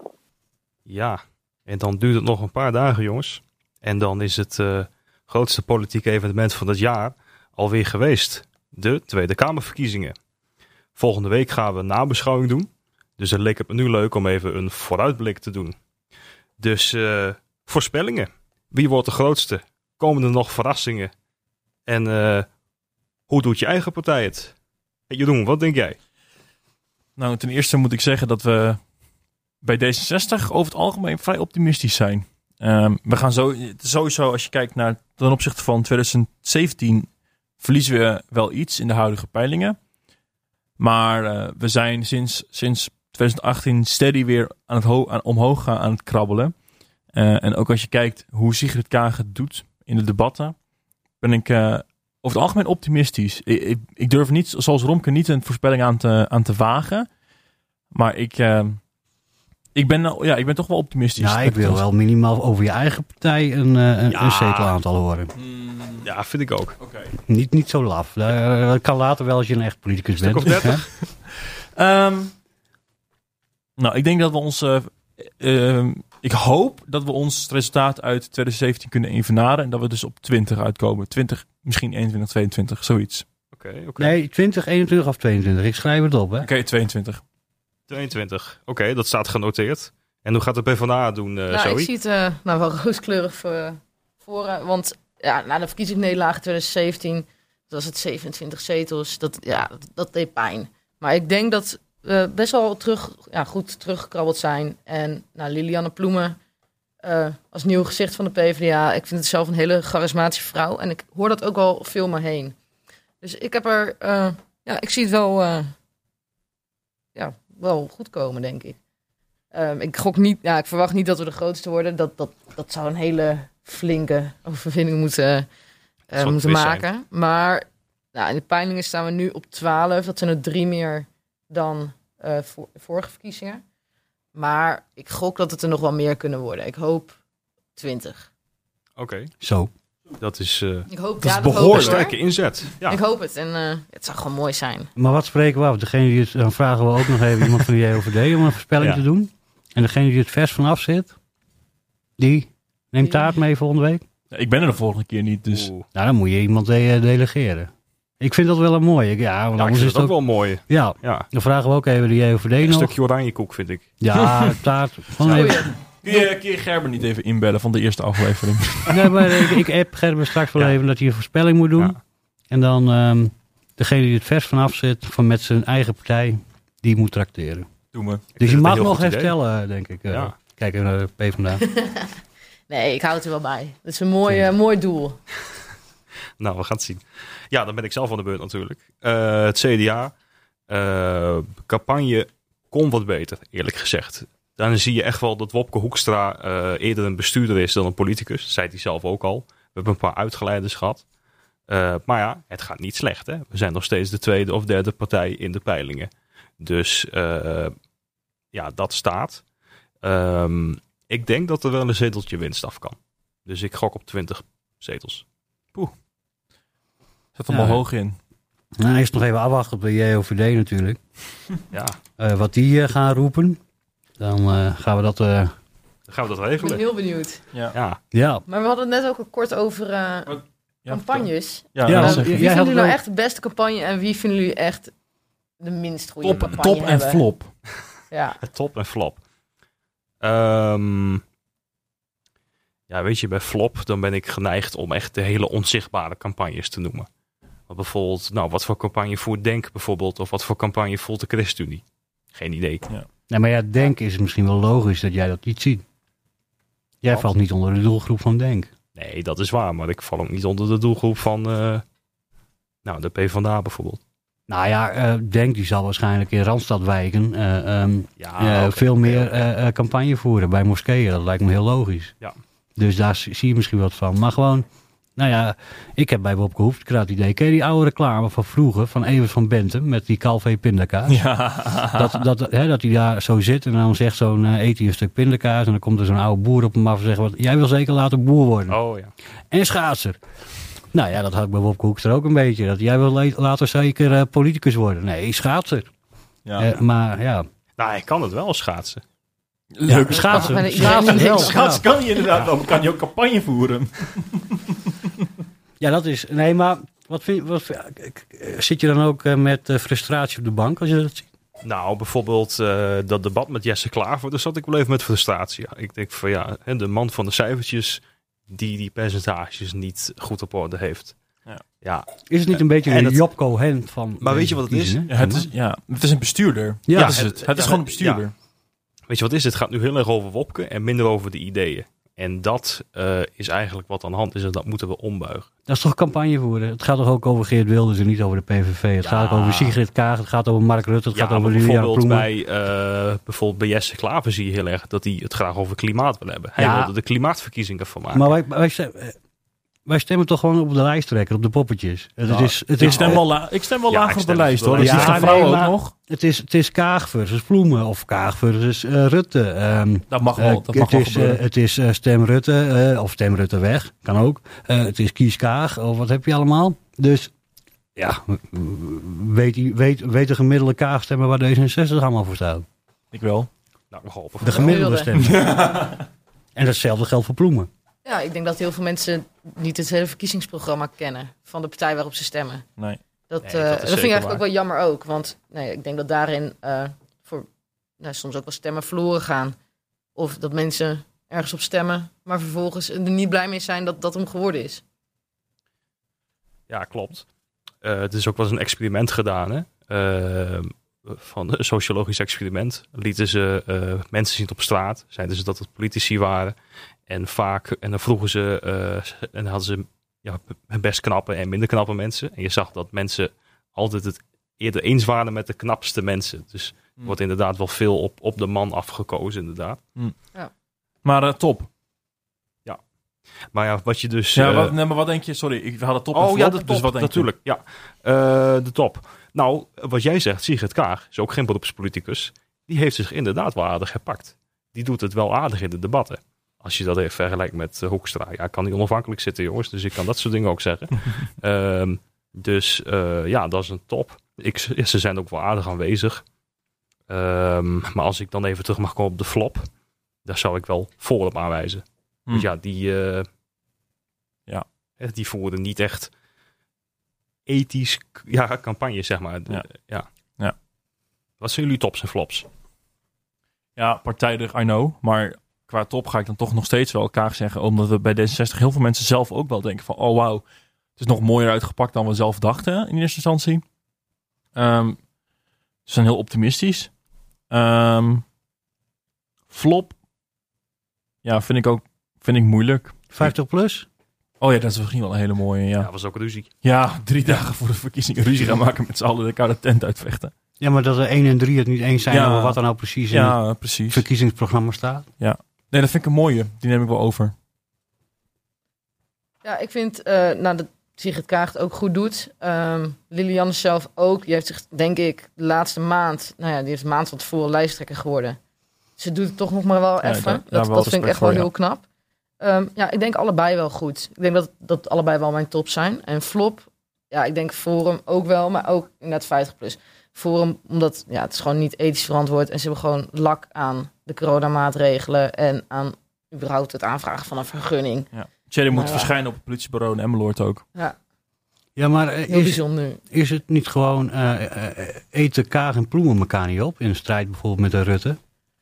S2: Ja, en dan duurt het nog een paar dagen, jongens. En dan is het uh, grootste politieke evenement van het jaar alweer geweest. De Tweede Kamerverkiezingen. Volgende week gaan we een nabeschouwing doen. Dus het leek het me nu leuk om even een vooruitblik te doen. Dus uh, voorspellingen. Wie wordt de grootste? Komen er nog verrassingen? En uh, hoe doet je eigen partij het? Hey, Jeroen, wat denk jij?
S1: Nou, ten eerste moet ik zeggen dat we bij D zesenzestig over het algemeen vrij optimistisch zijn. Um, we gaan zo, sowieso, als je kijkt naar ten opzichte van twintig zeventien, verliezen we wel iets in de huidige peilingen. Maar uh, we zijn sinds, sinds twintig achttien steady weer aan het ho- aan, omhoog gaan, aan het krabbelen. Uh, en ook als je kijkt hoe Sigrid Kaag het doet in de debatten, ben ik uh, over het algemeen optimistisch. Ik, ik, ik durf niet, zoals Romke, niet een voorspelling aan te, aan te wagen. Maar ik, uh, ik, ben, ja, ik ben toch wel optimistisch.
S4: Ja, ik wil wel minimaal over je eigen partij een, een,
S2: ja.
S4: een zetelaantal horen.
S2: Ja, vind ik ook.
S1: Okay.
S4: Niet, niet zo laf. Dat kan later wel als je een echt politicus
S2: Stuk
S4: bent.
S2: of dertig?
S1: um, nou, ik denk dat we ons... Uh, uh, ik hoop dat we ons resultaat uit twintig zeventien kunnen evenaren. En dat we dus op twintig uitkomen. twintig, misschien eenentwintig, tweeëntwintig, zoiets.
S2: Oké, okay, oké. Okay.
S4: Nee, twintig, eenentwintig of tweeëntwintig. Ik schrijf het op, hè.
S1: Oké, okay, tweeëntwintig.
S2: tweeëntwintig. Oké, okay, dat staat genoteerd. En hoe gaat de PvdA doen, uh,
S3: nou,
S2: Zoe?
S3: Ik zie het uh, nou, wel rooskleurig voor, voor uh, want ja, na de verkiezingsnederlaag twintig zeventien... dat was het zevenentwintig zetels. Dat, ja, dat, dat deed pijn. Maar ik denk dat we best wel terug, ja, goed teruggekrabbeld zijn. En nou, Lilianne Ploemen uh, als nieuw gezicht van de PvdA. Ik vind het zelf een hele charismatische vrouw. En ik hoor dat ook wel veel om me heen. Dus ik heb er... Uh, ja, ik zie het wel... Uh, ja, wel goed komen, denk ik. Um, ik gok niet... Ja, ik verwacht niet dat we de grootste worden. Dat, dat, dat zou een hele flinke overwinning moeten, uh, moeten maken. Zijn. Maar nou, in de peilingen staan we nu op twaalf. Dat zijn er drie meer dan uh, voor, vorige verkiezingen. Maar ik gok dat het er nog wel meer kunnen worden. Ik hoop twintig.
S2: Oké. Okay.
S4: Zo.
S2: Dat is, uh,
S3: ik hoop,
S2: dat
S3: ja,
S2: is behoorlijk sterke inzet. Ja.
S3: Ik hoop het. En uh, het zou gewoon mooi zijn.
S4: Maar wat spreken we af? Degene die het, dan vragen we ook nog even iemand van de J O V D om een voorspelling ja. te doen. En degene die het vers vanaf zit, die neemt taart mee volgende week.
S1: Ja, ik ben er de volgende keer niet, dus...
S4: Oeh. Nou, dan moet je iemand de- delegeren. Ik vind dat wel een mooie. Ja, want
S2: ja, ik vind
S4: is
S2: het ook
S4: ook
S2: wel mooi.
S4: Ja, ja, dan vragen we ook even de J O V D
S2: een
S4: nog.
S2: Een stukje oranjekoek, vind ik.
S4: Ja, taart. Gewoon even...
S1: Kun je, kun je Gerben niet even inbellen van de eerste aflevering?
S4: Nee, maar ik, ik app Gerben straks wel ja. even dat hij een voorspelling moet doen. Ja. En dan um, degene die het vers vanaf zit, van met zijn eigen partij, die moet trakteren.
S1: Doe me.
S4: Dus je mag nog herstellen, denk ik. Uh,
S2: ja.
S4: Kijk naar de PvdA.
S3: Nee, ik hou het er wel bij. Dat is een mooi, uh, mooi doel.
S2: Nou, we gaan het zien. Ja, dan ben ik zelf aan de beurt natuurlijk. Uh, het C D A. Uh, campagne kon wat beter, eerlijk gezegd. Dan zie je echt wel dat Wopke Hoekstra uh, eerder een bestuurder is dan een politicus. Dat zei hij zelf ook al. We hebben een paar uitgeleiders gehad. Uh, maar ja, het gaat niet slecht. Hè? We zijn nog steeds de tweede of derde partij in de peilingen. Dus uh, ja, dat staat. Um, ik denk dat er wel een zeteltje winst af kan. Dus ik gok op twintig zetels.
S1: Poeh. Zet hem ja. al hoog in.
S4: Nou, eerst nog even afwachten op de J O V D natuurlijk.
S2: Ja.
S4: Uh, wat die uh, gaan roepen. Dan uh, gaan we dat... Uh...
S2: Dan gaan we dat regelen.
S3: Ik ben heel benieuwd.
S2: Ja. Ja.
S4: ja.
S3: Maar we hadden het net ook al kort over uh, ja, campagnes.
S1: Ja,
S3: ja,
S1: ja,
S3: uh, wie
S1: jij
S3: vinden jullie nou
S4: ook...
S3: echt de beste campagne en wie vinden jullie echt de minst goede
S1: top,
S3: campagne
S1: top en
S3: hebben?
S1: flop.
S3: Ja.
S2: Top en flop. Um, ja, weet je, bij flop dan ben ik geneigd om echt de hele onzichtbare campagnes te noemen. Want bijvoorbeeld, nou, wat voor campagne voert Denk bijvoorbeeld, of wat voor campagne voert de ChristenUnie? Geen idee.
S4: Ja. Nee, maar ja, Denk is misschien wel logisch dat jij dat niet ziet. Jij wat? Valt niet onder de doelgroep van Denk.
S2: Nee, dat is waar, maar ik val ook niet onder de doelgroep van uh, nou, de PvdA bijvoorbeeld.
S4: Nou ja, uh, Denk die zal waarschijnlijk in Randstadwijken uh, um,
S2: ja,
S4: uh,
S2: okay,
S4: veel meer
S2: okay.
S4: uh, uh, campagne voeren bij moskeeën. Dat lijkt me heel logisch.
S2: Ja.
S4: Dus daar zie je misschien wat van. Maar gewoon, nou ja, ik heb bij Wopke Hoekstra het idee. Ken je die oude reclame van vroeger, van Evert van Bentum, met die Calvé pindakaas?
S1: Ja.
S4: Dat, dat, hè, dat hij daar zo zit en dan zegt zo'n, uh, eet hij een stuk pindakaas en dan komt er zo'n oude boer op hem af en zegt, wat, jij wil zeker later boer worden.
S2: Oh ja.
S4: En schaatser. Nou ja, dat had ik bij Wopke Hoekstra ook een beetje. Dat jij wil le- later zeker uh, politicus worden. Nee, schaatser.
S1: Ja.
S4: Uh, maar ja.
S2: Nou, hij kan het wel schaatsen.
S1: Leuk.
S4: Ja, schaatsen.
S3: Ja,
S4: Schaatsen wel.
S1: Schaatsen kan je inderdaad wel. Dan kan je ook campagne voeren.
S4: Ja, dat is... Nee, maar wat vind, wat, zit je dan ook uh, met uh, frustratie op de bank als je dat ziet?
S2: Nou, bijvoorbeeld uh, dat debat met Jesse Klaver. Daar zat ik wel even met frustratie. Ik denk van ja, de man van de cijfertjes die die percentages niet goed op orde heeft.
S1: Ja.
S2: ja.
S4: Is het niet een beetje
S2: En
S4: een
S2: dat-
S4: Job Cohen van...
S2: Maar weet je wat het is?
S4: verkiezingen?
S1: Ja, het is, ja, het is een bestuurder.
S4: Ja,
S1: dat is
S2: het-
S1: het. Het is
S2: ja,
S1: gewoon een
S2: het-
S1: bestuurder.
S2: Weet je wat het is? Het gaat nu heel erg over Wopke en minder over de ideeën. En dat uh, is eigenlijk wat aan de hand is en dat moeten we ombuigen.
S4: Dat is toch campagne voeren? Het gaat toch ook over Geert Wilders en niet over de P V V? Het
S2: Ja.
S4: gaat ook over Sigrid Kaag, het gaat over Mark Rutte, het
S2: Ja,
S4: gaat over
S2: maar
S4: Lilian
S2: bijvoorbeeld
S4: Ploemen.
S2: bij, uh, bijvoorbeeld bij Jesse Klaver zie je heel erg dat hij het graag over klimaat wil hebben. Hij
S4: Ja.
S2: wilde de klimaatverkiezingen van maken.
S4: Maar wij, wij, stemmen, wij stemmen toch gewoon op de lijsttrekker, op de poppetjes. Het,
S2: Ja,
S4: is, het,
S1: Ik
S4: is,
S1: stem wel, la- ik stem wel
S2: Ja,
S1: lager
S2: ik
S1: op de
S2: stem
S1: lijst,
S2: op de
S1: hoor. Dat
S4: lijst.
S1: is
S4: Ja,
S1: de vrouw
S4: nee,
S1: ook
S4: maar-
S1: nog.
S4: het, is, het is Kaag versus Ploemen of Kaag versus uh, Rutte. Ehm,
S1: Dat mag
S4: uh,
S1: wel, dat mag
S4: het,
S1: wel
S4: is, uh,
S1: gebeuren.
S4: het is uh, stem Rutte uh, of stem Rutte weg, kan ook. Uh, het is kies Kaag of wat heb je allemaal. Dus ja, weet, die- weet, weet de gemiddelde Kaag stemmen waar D zesenzestig allemaal voor staat.
S1: Ik wel.
S2: Nou, we hopen.
S4: De gemiddelde
S3: Gemiddelde.
S4: stemmen. En datzelfde geldt voor Ploemen.
S3: Ja, ik denk dat heel veel mensen niet het hele verkiezingsprogramma kennen van de partij waarop ze stemmen.
S1: Nee.
S3: Dat,
S2: Nee,
S3: eh,
S2: dat is
S3: dat vind
S2: zeker
S3: ik eigenlijk
S2: waar.
S3: ook wel jammer ook. Want nee, ik denk dat daarin eh, voor, nou, soms ook wel stemmen verloren gaan. Of dat mensen ergens op stemmen, maar vervolgens er niet blij mee zijn dat dat hem geworden is.
S2: Ja, klopt. Uh, het is ook wel eens een experiment gedaan, hè? Uh, van een sociologisch experiment. Lieten ze uh, mensen zien op straat. Zeiden ze dat het politici waren. En vaak, en dan vroegen ze, uh, en dan hadden ze ja, best knappe en minder knappe mensen. En je zag dat mensen altijd het eerder eens waren met de knapste mensen. Dus er
S1: Hmm.
S2: wordt inderdaad wel veel op, op de man afgekozen, inderdaad.
S1: Maar uh, top.
S2: Maar ja, wat je dus...
S1: Ja,
S2: uh,
S1: wat, nee, maar wat denk je? Sorry, ik had het top en
S2: Oh
S1: flop,
S2: ja, de top,
S1: dus wat denk
S2: natuurlijk. Ja. Uh, de top. Nou, wat jij zegt, Sigrid Kaag is ook geen beroepspoliticus. Die heeft zich inderdaad wel aardig gepakt. Die doet het wel aardig in de debatten. Als je dat even vergelijkt met uh, Hoekstra. Ja, kan niet onafhankelijk zitten, jongens. Dus ik kan dat soort dingen ook zeggen. um, dus uh, ja, dat is een top. Ik, ze zijn ook wel aardig aanwezig. Um, maar als ik dan even terug mag komen op de flop. Daar zou ik wel Forum aanwijzen.
S1: Hm.
S2: Dus ja, die, uh,
S1: ja.
S2: die voeren niet echt ethisch ja, campagne, zeg maar.
S1: Ja.
S2: Ja.
S1: Ja.
S2: Wat zijn jullie tops en flops?
S1: Ja, partijdig, I know. Maar qua top ga ik dan toch nog steeds wel Kaag zeggen. Omdat we bij D zesenzestig heel veel mensen zelf ook wel denken van... Oh wauw, het is nog mooier uitgepakt dan we zelf dachten in eerste instantie. Um, ze zijn heel optimistisch. Um, flop. Ja, vind ik ook vind ik moeilijk.
S4: vijftig plus?
S1: Oh ja, dat is misschien wel een hele mooie, ja.
S2: Ja, was ook ruzie.
S1: Ja, drie dagen voor de verkiezingen ruzie gaan maken met z'n allen. De koude tent uitvechten.
S4: Ja, maar dat er één en drie het niet eens zijn
S1: Ja.
S4: over wat er nou precies in
S1: Ja,
S4: het
S1: precies.
S4: verkiezingsprogramma staat.
S1: Nee, dat vind ik een mooie. Die neem ik wel over.
S3: Ja, ik vind uh, nou, dat Sigrid Kaag het ook goed doet. Um, Lilianne zelf ook. Die heeft zich, denk ik, de laatste maand... Nou ja, die is een maand van tevoren lijsttrekker geworden. Ze doet het toch nog maar wel
S1: Ja,
S3: even.
S1: daar-
S3: dat
S1: daar wel
S3: dat vind ik
S1: respect
S3: echt wel
S1: voor, ja.
S3: heel knap. Um, ja, ik denk allebei wel goed. Ik denk dat, dat allebei wel mijn top zijn. En flop, ja, ik denk Forum ook wel, maar ook inderdaad vijftig plus. Forum, omdat ja, het is gewoon niet ethisch verantwoord. En ze hebben gewoon lak aan de coronamaatregelen en aan überhaupt het aanvragen van een vergunning.
S1: Thierry moet
S3: Ja.
S1: verschijnen op het politiebureau in Emmeloord ook.
S3: Ja,
S4: Ja, maar uh,
S3: heel
S4: is,
S3: bijzonder.
S4: is het niet gewoon... Uh, uh, eten Kaag en Ploemen elkaar niet op in een strijd bijvoorbeeld met de Rutte?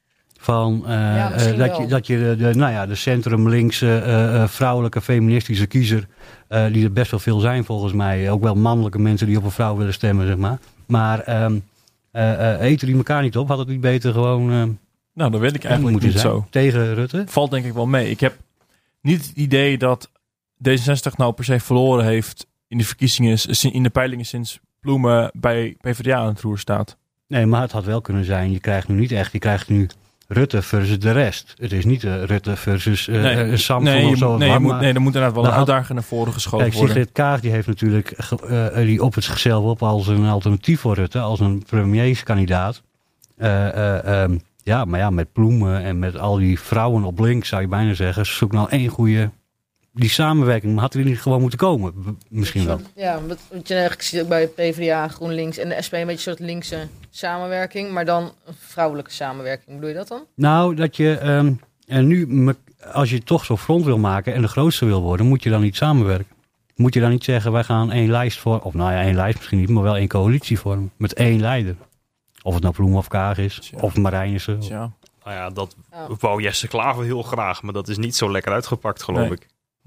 S4: Van, uh,
S3: Ja,
S4: uh,
S3: misschien
S4: dat,
S3: wel.
S4: je, dat je de, de, nou ja, de centrum-linkse uh, uh, vrouwelijke feministische kiezer... Uh, die er best wel veel zijn volgens mij. Ook wel mannelijke mensen die op een vrouw willen stemmen, zeg maar. Maar um, uh, uh, eten die elkaar niet op? Had het niet beter gewoon uh,
S1: Nou, dat weet ik eigenlijk
S4: moeten
S1: niet
S4: zijn
S1: zo.
S4: tegen Rutte?
S1: Valt denk ik wel mee. Ik heb niet het idee dat D zesenzestig nou per se verloren heeft in de verkiezingen, in de peilingen sinds Ploemen bij P v d A aan het roer staat.
S4: Nee, maar het had wel kunnen zijn. Je krijgt nu niet echt, je krijgt nu Rutte versus de rest. Het is niet uh, Rutte versus uh,
S1: Nee.
S4: een Samson
S1: Nee, je
S4: of zo.
S1: moet, nee, je
S4: maar-
S1: moet, nee, er moet inderdaad wel
S4: Dan
S1: een
S4: had-
S1: uitdaging naar voren geschoven
S4: Kijk,
S1: worden.
S4: Sigrid Kaag die heeft natuurlijk ge- uh, die op het zichzelf op als een alternatief voor Rutte, als een premierskandidaat. Uh, uh, um, ja, maar ja, met Ploemen en met al die vrouwen op links zou je bijna zeggen, zoek nou één goede. Die samenwerking had er niet gewoon moeten komen, b- misschien wel.
S3: Ja, wat, wat je eigenlijk ziet ook bij P v d A, GroenLinks en de S P een beetje een soort linkse samenwerking, maar dan een vrouwelijke samenwerking. Bedoel je dat dan?
S4: Nou, dat je um, en nu, me- als je toch zo'n front wil maken en de grootste wil worden, moet je dan niet samenwerken. Moet je dan niet zeggen, wij gaan één lijst voor, of nou ja, één lijst misschien niet, maar wel één coalitie vormen. Met één leider. Of het nou Ploemen of Kaag is,
S1: Tja.
S4: of Marijnissen.
S1: Ja.
S2: Nou ja, dat
S3: Ja.
S2: wou Jesse Klaver heel graag, maar dat is niet zo lekker uitgepakt, geloof
S1: Nee.
S2: ik.
S1: Nee.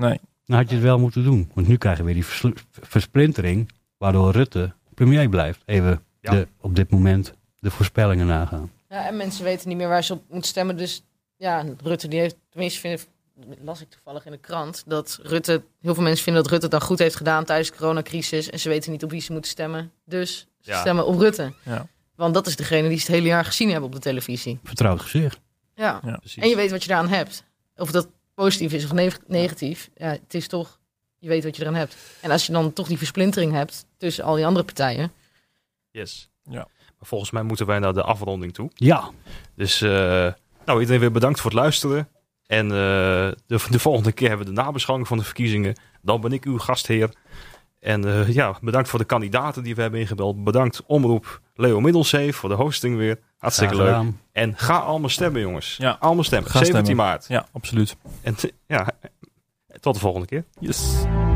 S4: Dan had je het wel moeten doen. Want nu krijgen we weer die versl- versplintering, waardoor Rutte premier blijft. Even
S2: Ja.
S4: de, op dit moment de voorspellingen nagaan.
S3: Ja, en mensen weten niet meer waar ze op moeten stemmen. Dus ja, Rutte die heeft, tenminste vind, las ik toevallig in de krant, dat Rutte, heel veel mensen vinden dat Rutte het dan goed heeft gedaan tijdens de coronacrisis. En ze weten niet op wie ze moeten stemmen. Dus ze
S2: Ja.
S3: stemmen op Rutte.
S1: Ja.
S3: Want dat is degene die ze het hele jaar gezien hebben op de televisie.
S4: Vertrouwd gezicht.
S3: Ja.
S1: Ja.
S2: Precies.
S3: En je weet wat je eraan hebt. Of dat positief is of ne- negatief. Ja, het is toch, je weet wat je eraan hebt. En als je dan toch die versplintering hebt tussen al die andere partijen.
S2: Yes.
S1: Ja.
S2: Maar volgens mij moeten wij naar de afronding toe.
S4: Ja,
S2: Dus uh, nou, iedereen weer bedankt voor het luisteren. En uh, de, de volgende keer hebben we de nabeschouwing van de verkiezingen. Dan ben ik uw gastheer. En uh, ja, bedankt voor de kandidaten die we hebben ingebeld. Bedankt Omroep Leo Middelzee voor de hosting weer. Hartstikke
S4: graag
S2: leuk.
S4: gedaan.
S2: En ga allemaal stemmen, jongens.
S1: Ja.
S2: Allemaal stemmen.
S1: Ga
S2: zeventien
S1: stemmen.
S2: maart.
S1: Ja, absoluut.
S2: En t- ja, tot de volgende keer.
S1: Yes.